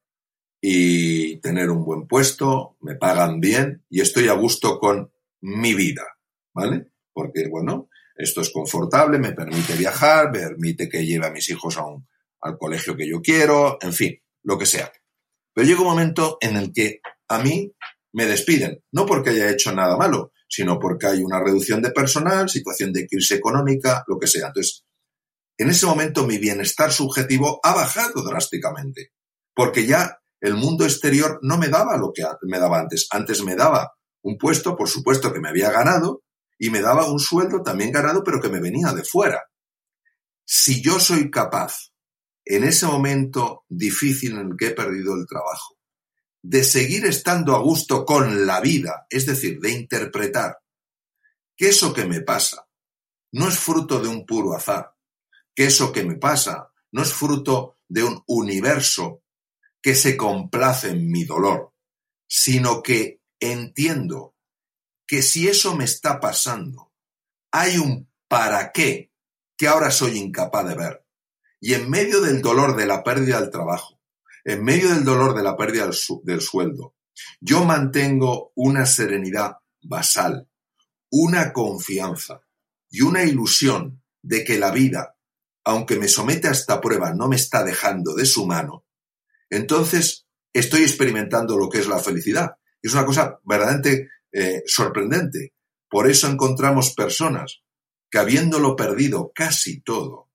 y tener un buen puesto, me pagan bien y estoy a gusto con mi vida, ¿vale? Porque, bueno, esto es confortable, me permite viajar, me permite que lleve a mis hijos a un, al colegio que yo quiero, en fin, lo que sea. Pero llega un momento en el que a mí me despiden, no porque haya hecho nada malo, sino porque hay una reducción de personal, situación de crisis económica, lo que sea. Entonces, en ese momento mi bienestar subjetivo ha bajado drásticamente, porque ya el mundo exterior no me daba lo que me daba antes. Antes me daba un puesto, por supuesto, que me había ganado, y me daba un sueldo también ganado, pero que me venía de fuera. Si yo soy capaz, en ese momento difícil en el que he perdido el trabajo, de seguir estando a gusto con la vida, es decir, de interpretar que eso que me pasa no es fruto de un puro azar, que eso que me pasa no es fruto de un universo que se complace en mi dolor, sino que entiendo que si eso me está pasando, hay un para qué que ahora soy incapaz de ver. Y en medio del dolor de la pérdida del trabajo, en medio del dolor de la pérdida del, su- del sueldo, yo mantengo una serenidad basal, una confianza y una ilusión de que la vida, aunque me somete a esta prueba, no me está dejando de su mano, entonces estoy experimentando lo que es la felicidad. Es una cosa verdaderamente eh, sorprendente. Por eso encontramos personas que, habiéndolo perdido casi todo,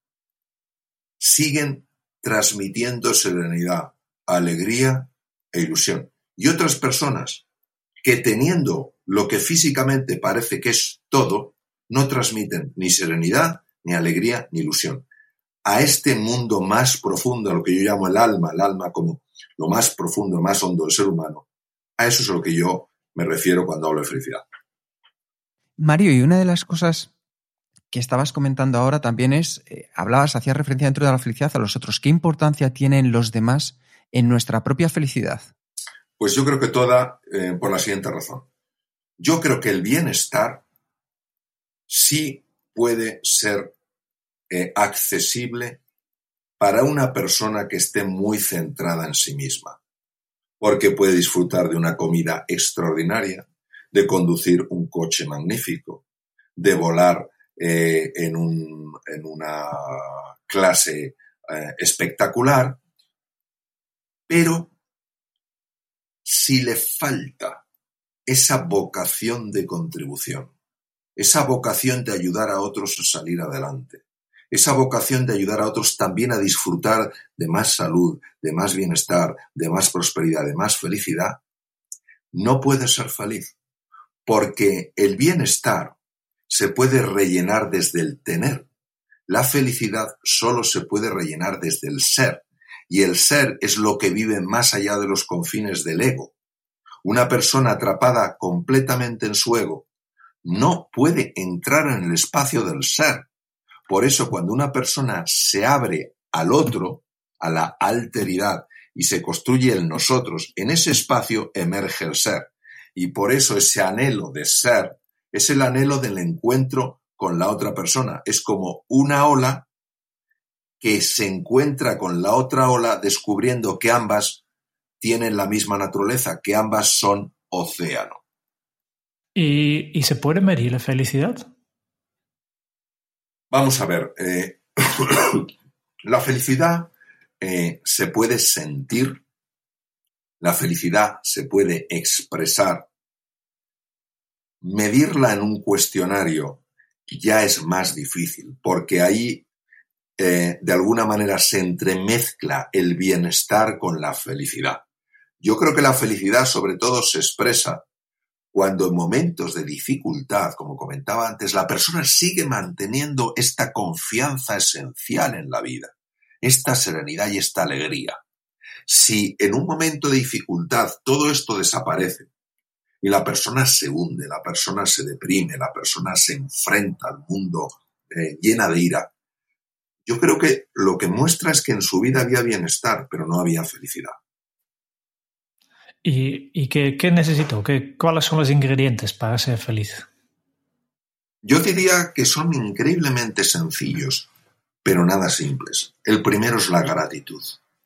siguen transmitiendo serenidad, alegría e ilusión. Y otras personas que, teniendo lo que físicamente parece que es todo, no transmiten ni serenidad, ni alegría, ni ilusión. A este mundo más profundo, lo que yo llamo el alma, el alma como lo más profundo, lo más hondo del ser humano, a eso es a lo que yo me refiero cuando hablo de felicidad. Mario, y una de las cosas que estabas comentando ahora también es, eh, hablabas, hacías referencia dentro de la felicidad a los otros. ¿Qué importancia tienen los demás en nuestra propia felicidad? Pues yo creo que toda, eh, por la siguiente razón. Yo creo que el bienestar sí puede ser eh, accesible para una persona que esté muy centrada en sí misma, porque puede disfrutar de una comida extraordinaria, de conducir un coche magnífico, de volar eh, en, un, en una clase eh, espectacular, pero si le falta esa vocación de contribución, esa vocación de ayudar a otros a salir adelante, esa vocación de ayudar a otros también a disfrutar de más salud, de más bienestar, de más prosperidad, de más felicidad, no puede ser feliz, porque el bienestar se puede rellenar desde el tener. La felicidad solo se puede rellenar desde el ser, y el ser es lo que vive más allá de los confines del ego. Una persona atrapada completamente en su ego no puede entrar en el espacio del ser. Por eso, cuando una persona se abre al otro, a la alteridad, y se construye el nosotros, en ese espacio emerge el ser. Y por eso ese anhelo de ser es el anhelo del encuentro con la otra persona. Es como una ola que se encuentra con la otra ola, descubriendo que ambas tienen la misma naturaleza, que ambas son océano. ¿Y, y se puede medir la felicidad? Vamos a ver, eh, la felicidad eh, se puede sentir, la felicidad se puede expresar. Medirla en un cuestionario ya es más difícil, porque ahí eh, de alguna manera se entremezcla el bienestar con la felicidad. Yo creo que la felicidad sobre todo se expresa cuando en momentos de dificultad, como comentaba antes, la persona sigue manteniendo esta confianza esencial en la vida, esta serenidad y esta alegría. Si en un momento de dificultad todo esto desaparece y la persona se hunde, la persona se deprime, la persona se enfrenta al mundo eh, llena de ira, yo creo que lo que muestra es que en su vida había bienestar, pero no había felicidad. ¿Y, y qué, qué necesito? ¿Qué, ¿Cuáles son los ingredientes para ser feliz? Yo diría que son increíblemente sencillos, pero nada simples. El primero es la gratitud.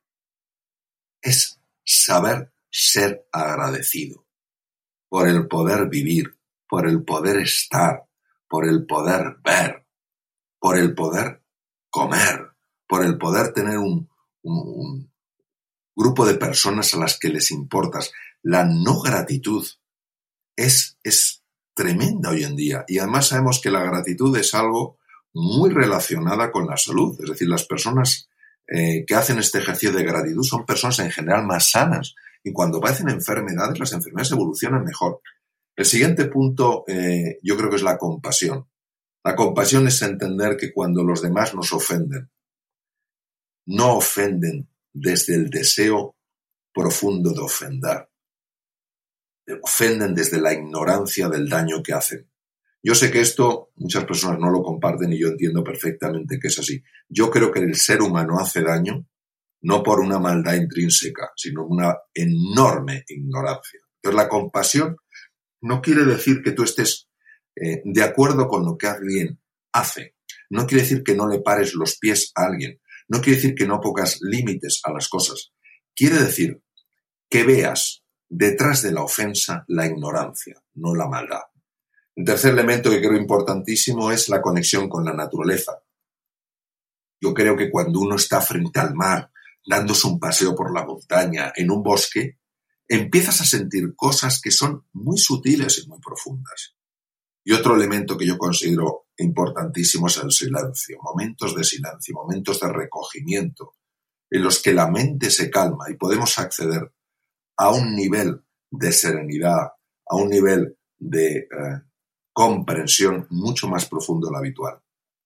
Es saber ser agradecido por el poder vivir, por el poder estar, por el poder ver, por el poder comer, por el poder tener un, un, un grupo de personas a las que les importas. La no gratitud es, es tremenda hoy en día, y además sabemos que la gratitud es algo muy relacionada con la salud. Es decir, las personas eh, que hacen este ejercicio de gratitud son personas en general más sanas, y cuando padecen enfermedades, las enfermedades evolucionan mejor. El siguiente punto eh, yo creo que es la compasión. La compasión es entender que cuando los demás nos ofenden, no ofenden desde el deseo profundo de ofender. Ofenden desde la ignorancia del daño que hacen. Yo sé que esto muchas personas no lo comparten y yo entiendo perfectamente que es así. Yo creo que el ser humano hace daño no por una maldad intrínseca, sino una enorme ignorancia. Entonces la compasión no quiere decir que tú estés eh, de acuerdo con lo que alguien hace. No quiere decir que no le pares los pies a alguien. No quiere decir que no pongas límites a las cosas. Quiere decir que veas detrás de la ofensa la ignorancia, no la maldad. El tercer elemento que creo importantísimo es la conexión con la naturaleza. Yo creo que cuando uno está frente al mar, dándose un paseo por la montaña, en un bosque, empiezas a sentir cosas que son muy sutiles y muy profundas. Y otro elemento que yo considero importantísimo es el silencio, momentos de silencio, momentos de recogimiento, en los que la mente se calma y podemos acceder a un nivel de serenidad, a un nivel de eh, comprensión mucho más profundo de lo habitual.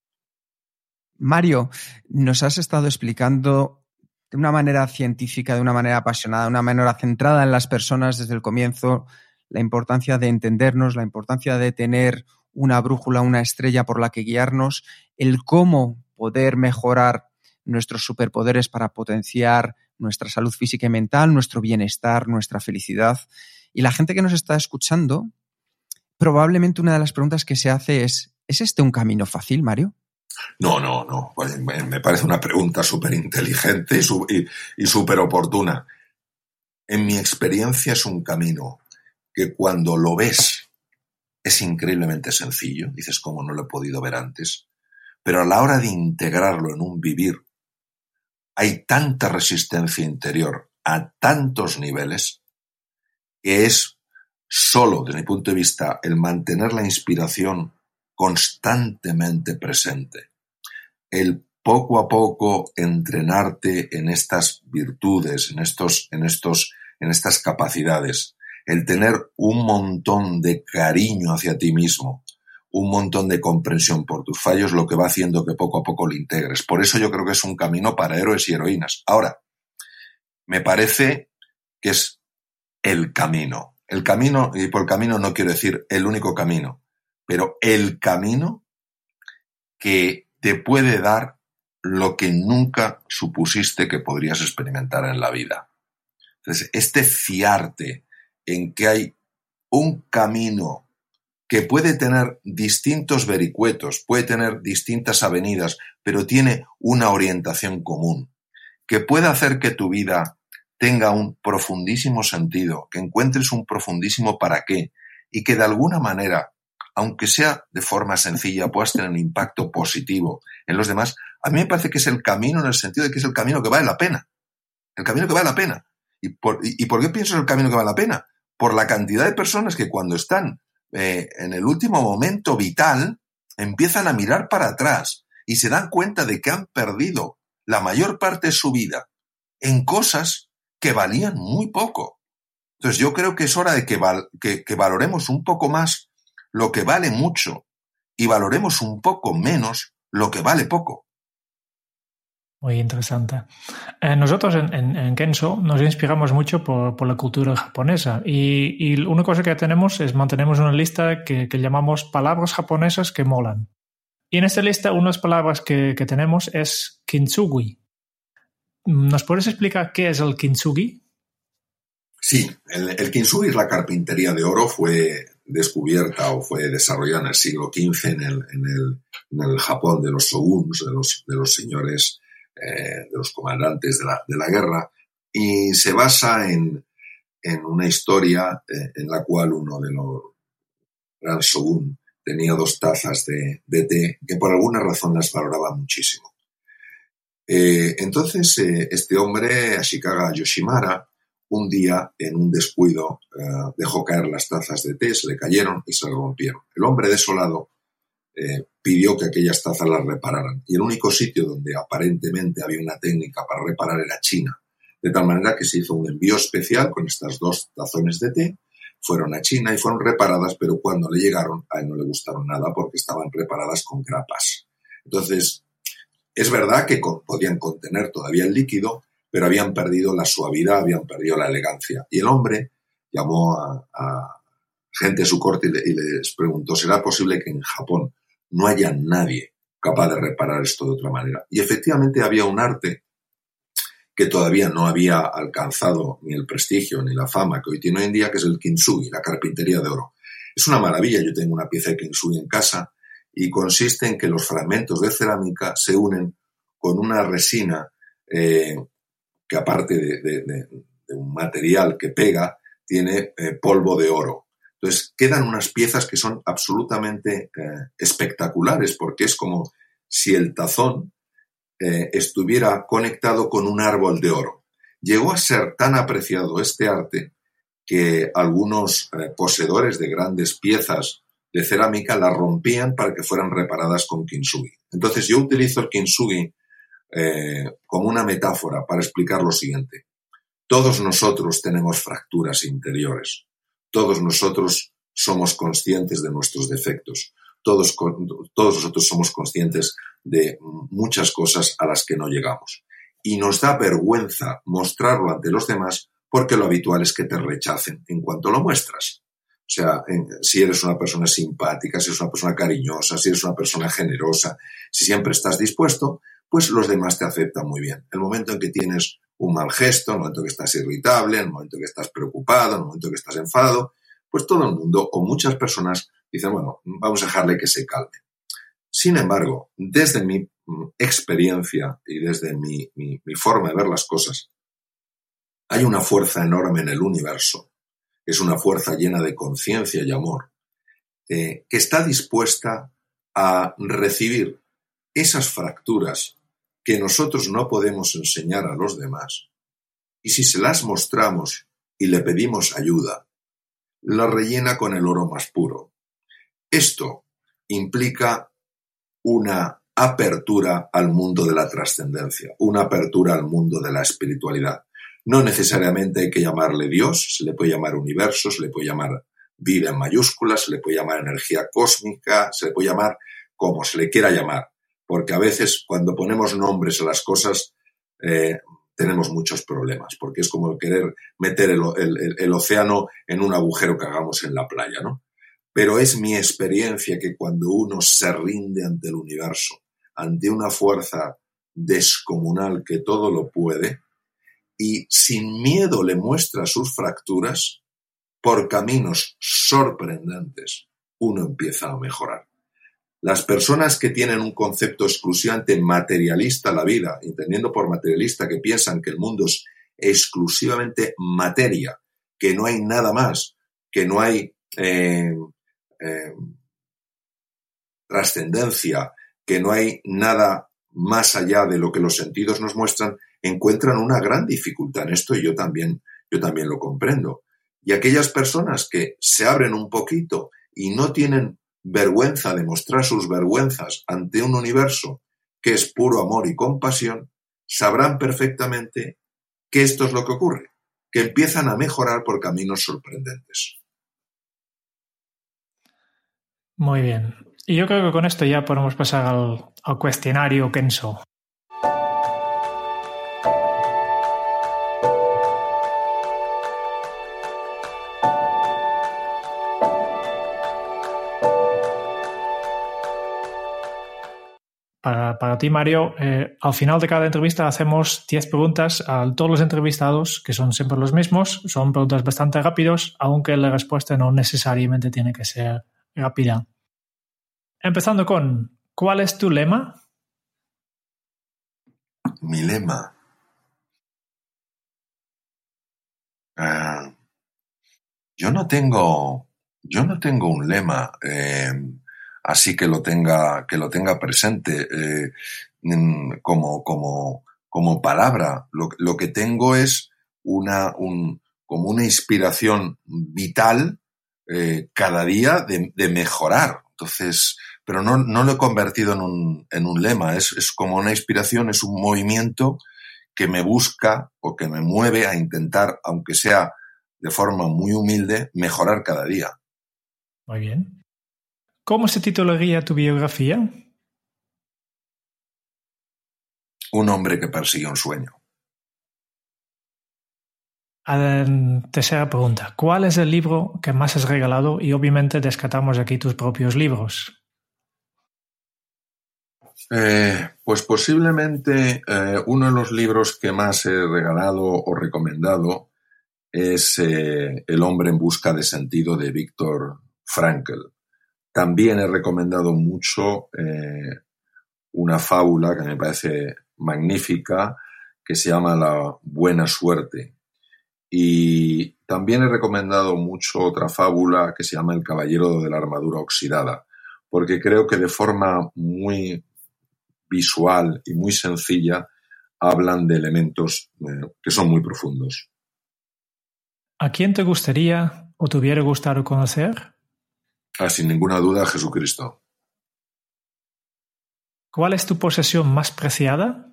Mario, nos has estado explicando de una manera científica, de una manera apasionada, de una manera centrada en las personas desde el comienzo, la importancia de entendernos, la importancia de tener una brújula, una estrella por la que guiarnos, el cómo poder mejorar nuestros superpoderes para potenciar nuestra salud física y mental, nuestro bienestar, nuestra felicidad. Y la gente que nos está escuchando, probablemente una de las preguntas que se hace es, ¿es este un camino fácil, Mario? No, no, no. Me parece una pregunta súper inteligente y, y súper oportuna. En mi experiencia es un camino que cuando lo ves es increíblemente sencillo. Dices, ¿cómo no lo he podido ver antes? Pero a la hora de integrarlo en un vivir, hay tanta resistencia interior a tantos niveles que es solo, desde mi punto de vista, el mantener la inspiración constantemente presente, el poco a poco entrenarte en estas virtudes, en estos, en estos, en estas capacidades, el tener un montón de cariño hacia ti mismo, un montón de comprensión por tus fallos, lo que va haciendo que poco a poco lo integres. Por eso yo creo que es un camino para héroes y heroínas. Ahora, me parece que es el camino. El camino, y por camino no quiero decir el único camino, pero el camino que te puede dar lo que nunca supusiste que podrías experimentar en la vida. Entonces, este fiarte en que hay un camino que puede tener distintos vericuetos, puede tener distintas avenidas, pero tiene una orientación común, que puede hacer que tu vida tenga un profundísimo sentido, que encuentres un profundísimo para qué, y que de alguna manera, aunque sea de forma sencilla, puedas tener un impacto positivo en los demás. A mí me parece que es el camino en el sentido de que es el camino que vale la pena. El camino que vale la pena. ¿Y por, y, y por qué pienso en el camino que vale la pena? Por la cantidad de personas que cuando están eh, en el último momento vital empiezan a mirar para atrás y se dan cuenta de que han perdido la mayor parte de su vida en cosas que valían muy poco. Entonces yo creo que es hora de que, val, que, que valoremos un poco más lo que vale mucho y valoremos un poco menos lo que vale poco. Muy interesante. Eh, nosotros en, en, en Kenso nos inspiramos mucho por, por la cultura japonesa y, y una cosa que tenemos es mantenemos una lista que, que llamamos palabras japonesas que molan. Y en esta lista unas palabras que, que tenemos es kintsugi. ¿Nos puedes explicar qué es el kintsugi? Sí, el, el kintsugi es la carpintería de oro, fue descubierta o fue desarrollada en el siglo quince en el, en el, en el Japón de los shoguns, de los, de los señores, eh, de los comandantes de la, de la guerra, y se basa en, en una historia eh, en la cual uno de los gran shogun tenía dos tazas de, de té que por alguna razón las valoraba muchísimo. Eh, entonces, eh, este hombre, Ashikaga Yoshimara, un día, en un descuido, eh, dejó caer las tazas de té, se le cayeron y se le rompieron. El hombre desolado eh, pidió que aquellas tazas las repararan. Y el único sitio donde aparentemente había una técnica para reparar era China. De tal manera que se hizo un envío especial con estas dos tazones de té, fueron a China y fueron reparadas, pero cuando le llegaron a él no le gustaron nada porque estaban reparadas con grapas. Entonces, es verdad que con, podían contener todavía el líquido, pero habían perdido la suavidad, habían perdido la elegancia. Y el hombre llamó a, a gente de su corte y, le, y les preguntó, ¿será posible que en Japón no haya nadie capaz de reparar esto de otra manera? Y efectivamente había un arte que todavía no había alcanzado ni el prestigio ni la fama que hoy tiene hoy en día, que es el kintsugi, la carpintería de oro. Es una maravilla, yo tengo una pieza de kintsugi en casa y consiste en que los fragmentos de cerámica se unen con una resina eh, que aparte de, de, de, de un material que pega, tiene eh, polvo de oro. Entonces quedan unas piezas que son absolutamente eh, espectaculares porque es como si el tazón eh, estuviera conectado con un árbol de oro. Llegó a ser tan apreciado este arte que algunos eh, poseedores de grandes piezas de cerámica la rompían para que fueran reparadas con kintsugi. Entonces yo utilizo el kintsugi eh, como una metáfora para explicar lo siguiente. Todos nosotros tenemos fracturas interiores. Todos nosotros somos conscientes de nuestros defectos. Todos, todos nosotros somos conscientes de muchas cosas a las que no llegamos. Y nos da vergüenza mostrarlo ante los demás porque lo habitual es que te rechacen en cuanto lo muestras. O sea, en, si eres una persona simpática, si eres una persona cariñosa, si eres una persona generosa, si siempre estás dispuesto, pues los demás te aceptan muy bien. El momento en que tienes un mal gesto, el momento en que estás irritable, el momento en que estás preocupado, el momento en que estás enfadado, pues todo el mundo o muchas personas dicen, bueno, vamos a dejarle que se calme. Sin embargo, desde mi experiencia y desde mi, mi, mi forma de ver las cosas, hay una fuerza enorme en el universo, es una fuerza llena de conciencia y amor, eh, que está dispuesta a recibir esas fracturas que nosotros no podemos enseñar a los demás, y si se las mostramos y le pedimos ayuda, la rellena con el oro más puro. Esto implica una apertura al mundo de la trascendencia, una apertura al mundo de la espiritualidad. No necesariamente hay que llamarle Dios, se le puede llamar universo, se le puede llamar vida en mayúsculas, se le puede llamar energía cósmica, se le puede llamar como se le quiera llamar, porque a veces cuando ponemos nombres a las cosas eh, tenemos muchos problemas, porque es como querer meter el, el, el océano en un agujero que hagamos en la playa, ¿no? Pero es mi experiencia que cuando uno se rinde ante el universo, ante una fuerza descomunal que todo lo puede, y sin miedo le muestra sus fracturas, por caminos sorprendentes, uno empieza a mejorar. Las personas que tienen un concepto exclusivamente materialista de la vida, entendiendo por materialista que piensan que el mundo es exclusivamente materia, que no hay nada más, que no hay eh, eh, trascendencia, que no hay nada más allá de lo que los sentidos nos muestran, encuentran una gran dificultad en esto y yo también, yo también lo comprendo. Y aquellas personas que se abren un poquito y no tienen vergüenza de mostrar sus vergüenzas ante un universo que es puro amor y compasión, sabrán perfectamente que esto es lo que ocurre, que empiezan a mejorar por caminos sorprendentes. Muy bien. Y yo creo que con esto ya podemos pasar al, al cuestionario Kenso. Para, para ti, Mario, eh, al final de cada entrevista hacemos diez preguntas a todos los entrevistados, que son siempre los mismos. Son preguntas bastante rápidas, aunque la respuesta no necesariamente tiene que ser rápida. Empezando con, ¿cuál es tu lema? Mi lema. Uh, yo no tengo, yo no tengo un lema. Eh, así que lo tenga, que lo tenga presente eh, como, como, como palabra. Lo, lo que tengo es una, un, como una inspiración vital eh, cada día de, de mejorar. Entonces, pero no, no lo he convertido en un, en un lema. Es, es como una inspiración, es un movimiento que me busca o que me mueve a intentar, aunque sea de forma muy humilde, mejorar cada día. Muy bien. ¿Cómo se titularía tu biografía? Un hombre que persigue un sueño. Tercera pregunta. ¿Cuál es el libro que más has regalado? Y obviamente descartamos aquí tus propios libros. Eh, pues posiblemente eh, uno de los libros que más he regalado o recomendado es eh, El hombre en busca de sentido de Viktor Frankl. También he recomendado mucho eh, una fábula que me parece magnífica, que se llama La buena suerte. Y también he recomendado mucho otra fábula que se llama El caballero de la armadura oxidada, porque creo que de forma muy visual y muy sencilla, hablan de elementos eh, que son muy profundos. ¿A quién te gustaría o te hubiera gustado conocer? Ah, sin ninguna duda, Jesucristo. ¿Cuál es tu posesión más preciada?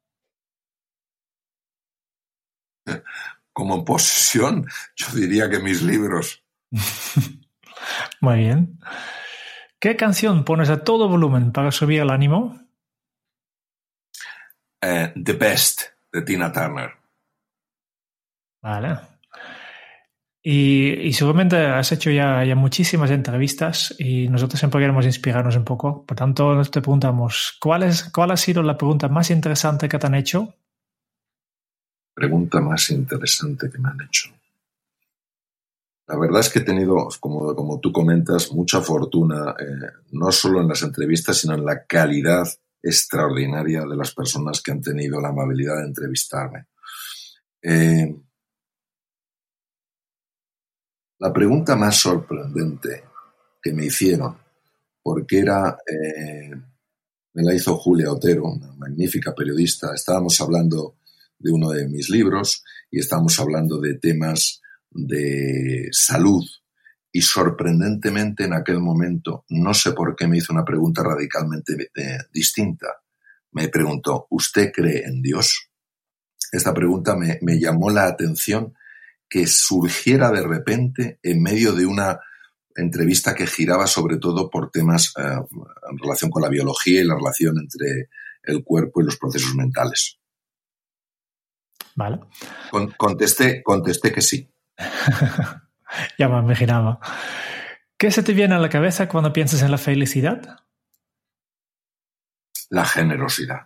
Como posesión, yo diría que mis libros. Muy bien. ¿Qué canción pones a todo volumen para subir el ánimo? Eh, The Best, de Tina Turner. Vale. Y, y seguramente has hecho ya, ya muchísimas entrevistas y nosotros siempre queremos inspirarnos un poco. Por tanto, te preguntamos, ¿cuál, es, ¿cuál ha sido la pregunta más interesante que te han hecho? Pregunta más interesante que me han hecho. La verdad es que he tenido, como, como tú comentas, mucha fortuna, eh, no solo en las entrevistas, sino en la calidad extraordinaria de las personas que han tenido la amabilidad de entrevistarme. Eh, la pregunta más sorprendente que me hicieron, porque era, eh, me la hizo Julia Otero, una magnífica periodista. Estábamos hablando de uno de mis libros y estábamos hablando de temas de salud y sorprendentemente en aquel momento, no sé por qué, me hizo una pregunta radicalmente eh, distinta. Me preguntó, ¿usted cree en Dios? Esta pregunta me, me llamó la atención, que surgiera de repente en medio de una entrevista que giraba sobre todo por temas eh, en relación con la biología y la relación entre el cuerpo y los procesos mentales. Vale. Con, contesté, contesté que sí. Ya me imaginaba. ¿Qué se te viene a la cabeza cuando piensas en la felicidad? La generosidad.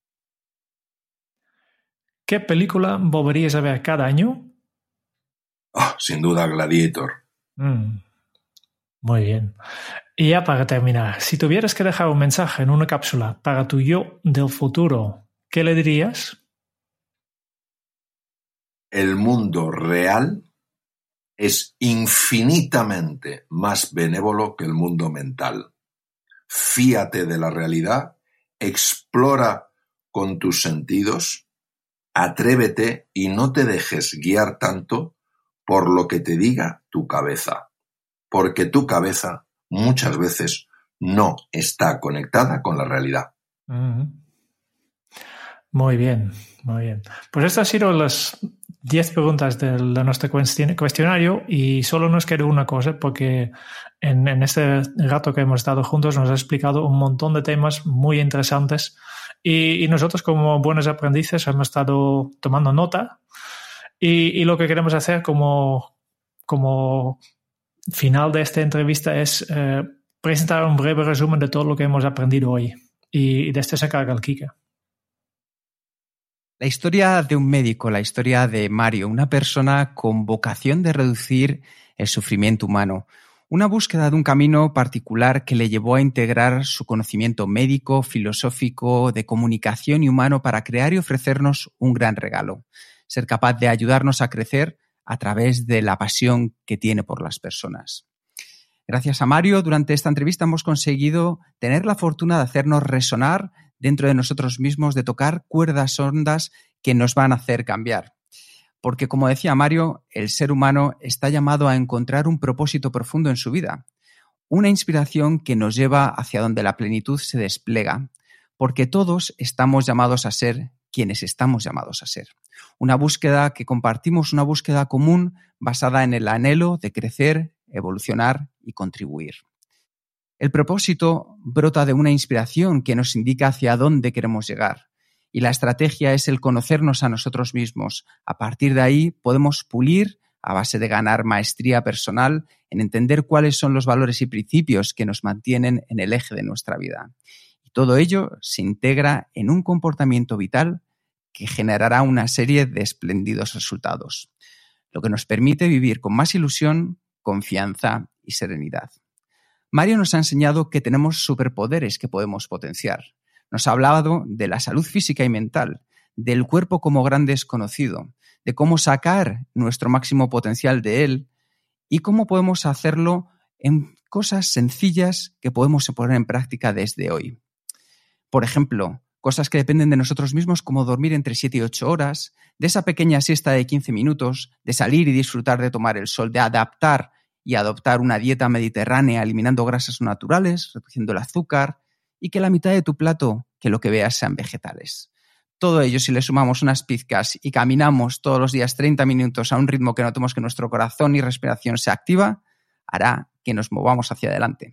¿Qué película volverías a ver cada año? Oh, sin duda, Gladiator. Mm, muy bien. Y ya para terminar, si tuvieras que dejar un mensaje en una cápsula para tu yo del futuro, ¿qué le dirías? El mundo real es infinitamente más benévolo que el mundo mental. Fíate de la realidad, explora con tus sentidos, atrévete y no te dejes guiar tanto por lo que te diga tu cabeza, porque tu cabeza muchas veces no está conectada con la realidad. Mm-hmm. Muy bien, muy bien. Pues estas han sido las diez preguntas de, de nuestro cuestionario y solo nos queda una cosa, porque en, en este rato que hemos estado juntos nos ha explicado un montón de temas muy interesantes y, y nosotros como buenos aprendices hemos estado tomando nota y, y lo que queremos hacer como, como final de esta entrevista es eh, presentar un breve resumen de todo lo que hemos aprendido hoy y, y de este se encarga el Quique. La historia de un médico, la historia de Mario, una persona con vocación de reducir el sufrimiento humano, una búsqueda de un camino particular que le llevó a integrar su conocimiento médico, filosófico, de comunicación y humano para crear y ofrecernos un gran regalo, ser capaz de ayudarnos a crecer a través de la pasión que tiene por las personas. Gracias a Mario, durante esta entrevista hemos conseguido tener la fortuna de hacernos resonar dentro de nosotros mismos, de tocar cuerdas hondas que nos van a hacer cambiar. Porque, como decía Mario, el ser humano está llamado a encontrar un propósito profundo en su vida, una inspiración que nos lleva hacia donde la plenitud se despliega, porque todos estamos llamados a ser quienes estamos llamados a ser. Una búsqueda que compartimos, una búsqueda común basada en el anhelo de crecer, evolucionar y contribuir. El propósito brota de una inspiración que nos indica hacia dónde queremos llegar y la estrategia es el conocernos a nosotros mismos. A partir de ahí podemos pulir a base de ganar maestría personal en entender cuáles son los valores y principios que nos mantienen en el eje de nuestra vida. Y todo ello se integra en un comportamiento vital que generará una serie de espléndidos resultados, lo que nos permite vivir con más ilusión, confianza y serenidad. Mario nos ha enseñado que tenemos superpoderes que podemos potenciar. Nos ha hablado de la salud física y mental, del cuerpo como gran desconocido, de cómo sacar nuestro máximo potencial de él y cómo podemos hacerlo en cosas sencillas que podemos poner en práctica desde hoy. Por ejemplo, cosas que dependen de nosotros mismos como dormir entre siete y ocho horas, de esa pequeña siesta de quince minutos, de salir y disfrutar de tomar el sol, de adaptar y adoptar una dieta mediterránea eliminando grasas naturales, reduciendo el azúcar y que la mitad de tu plato, que lo que veas sean vegetales. Todo ello, si le sumamos unas pizcas y caminamos todos los días treinta minutos a un ritmo que notemos que nuestro corazón y respiración se activa, hará que nos movamos hacia adelante.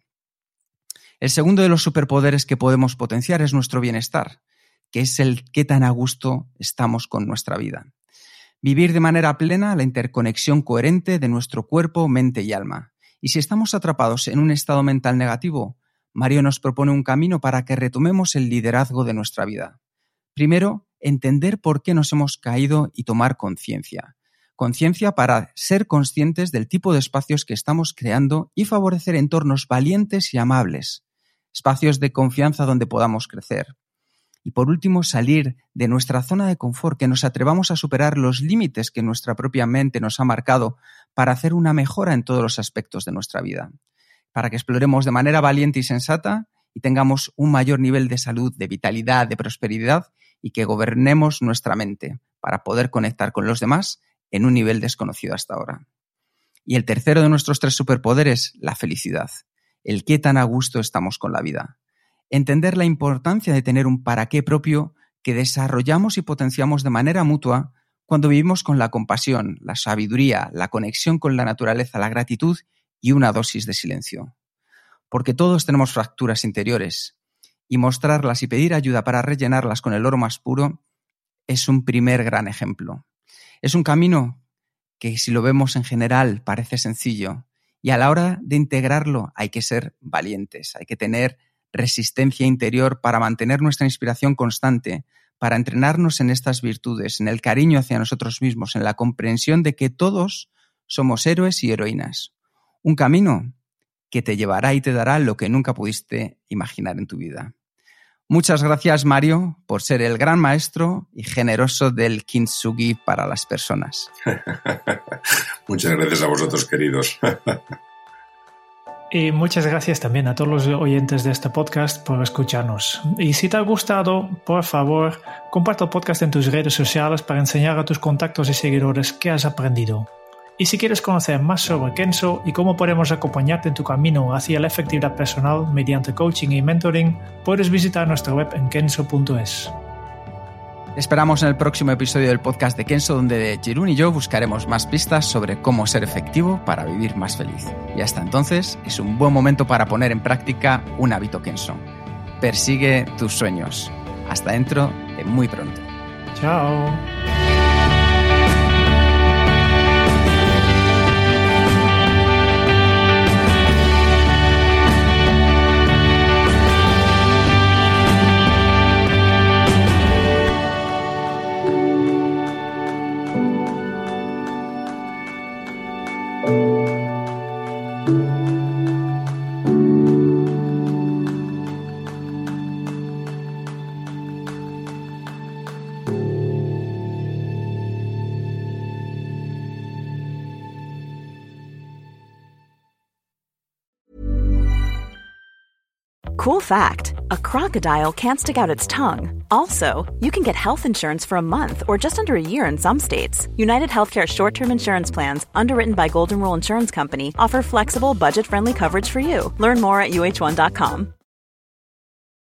El segundo de los superpoderes que podemos potenciar es nuestro bienestar, que es el qué tan a gusto estamos con nuestra vida. Vivir de manera plena la interconexión coherente de nuestro cuerpo, mente y alma. Y si estamos atrapados en un estado mental negativo, Mario nos propone un camino para que retomemos el liderazgo de nuestra vida. Primero, entender por qué nos hemos caído y tomar conciencia. Conciencia para ser conscientes del tipo de espacios que estamos creando y favorecer entornos valientes y amables. Espacios de confianza donde podamos crecer. Y por último, salir de nuestra zona de confort, que nos atrevamos a superar los límites que nuestra propia mente nos ha marcado para hacer una mejora en todos los aspectos de nuestra vida. Para que exploremos de manera valiente y sensata y tengamos un mayor nivel de salud, de vitalidad, de prosperidad y que gobernemos nuestra mente para poder conectar con los demás en un nivel desconocido hasta ahora. Y el tercero de nuestros tres superpoderes, la felicidad. El qué tan a gusto estamos con la vida. Entender la importancia de tener un para qué propio que desarrollamos y potenciamos de manera mutua cuando vivimos con la compasión, la sabiduría, la conexión con la naturaleza, la gratitud y una dosis de silencio. Porque todos tenemos fracturas interiores y mostrarlas y pedir ayuda para rellenarlas con el oro más puro es un primer gran ejemplo. Es un camino que, si lo vemos en general, parece sencillo y a la hora de integrarlo hay que ser valientes, hay que tener resistencia interior para mantener nuestra inspiración constante, para entrenarnos en estas virtudes, en el cariño hacia nosotros mismos, en la comprensión de que todos somos héroes y heroínas. Un camino que te llevará y te dará lo que nunca pudiste imaginar en tu vida. Muchas gracias, Mario, por ser el gran maestro y generoso del Kintsugi para las personas. Muchas gracias a vosotros, queridos. Y muchas gracias también a todos los oyentes de este podcast por escucharnos. Y si te ha gustado, por favor, comparte el podcast en tus redes sociales para enseñar a tus contactos y seguidores qué has aprendido. Y si quieres conocer más sobre Kenso y cómo podemos acompañarte en tu camino hacia la efectividad personal mediante coaching y mentoring, puedes visitar nuestra web en kenso punto es. Esperamos en el próximo episodio del podcast de Kenso, donde Jeroen y yo buscaremos más pistas sobre cómo ser efectivo para vivir más feliz. Y hasta entonces es un buen momento para poner en práctica un hábito Kenso. Persigue tus sueños. Hasta dentro de muy pronto. Chao. Cool fact, a crocodile can't stick out its tongue. Also, you can get health insurance for a month or just under a year in some states. United Healthcare short-term insurance plans, underwritten by Golden Rule Insurance Company, offer flexible, budget-friendly coverage for you. Learn more at U H one dot com.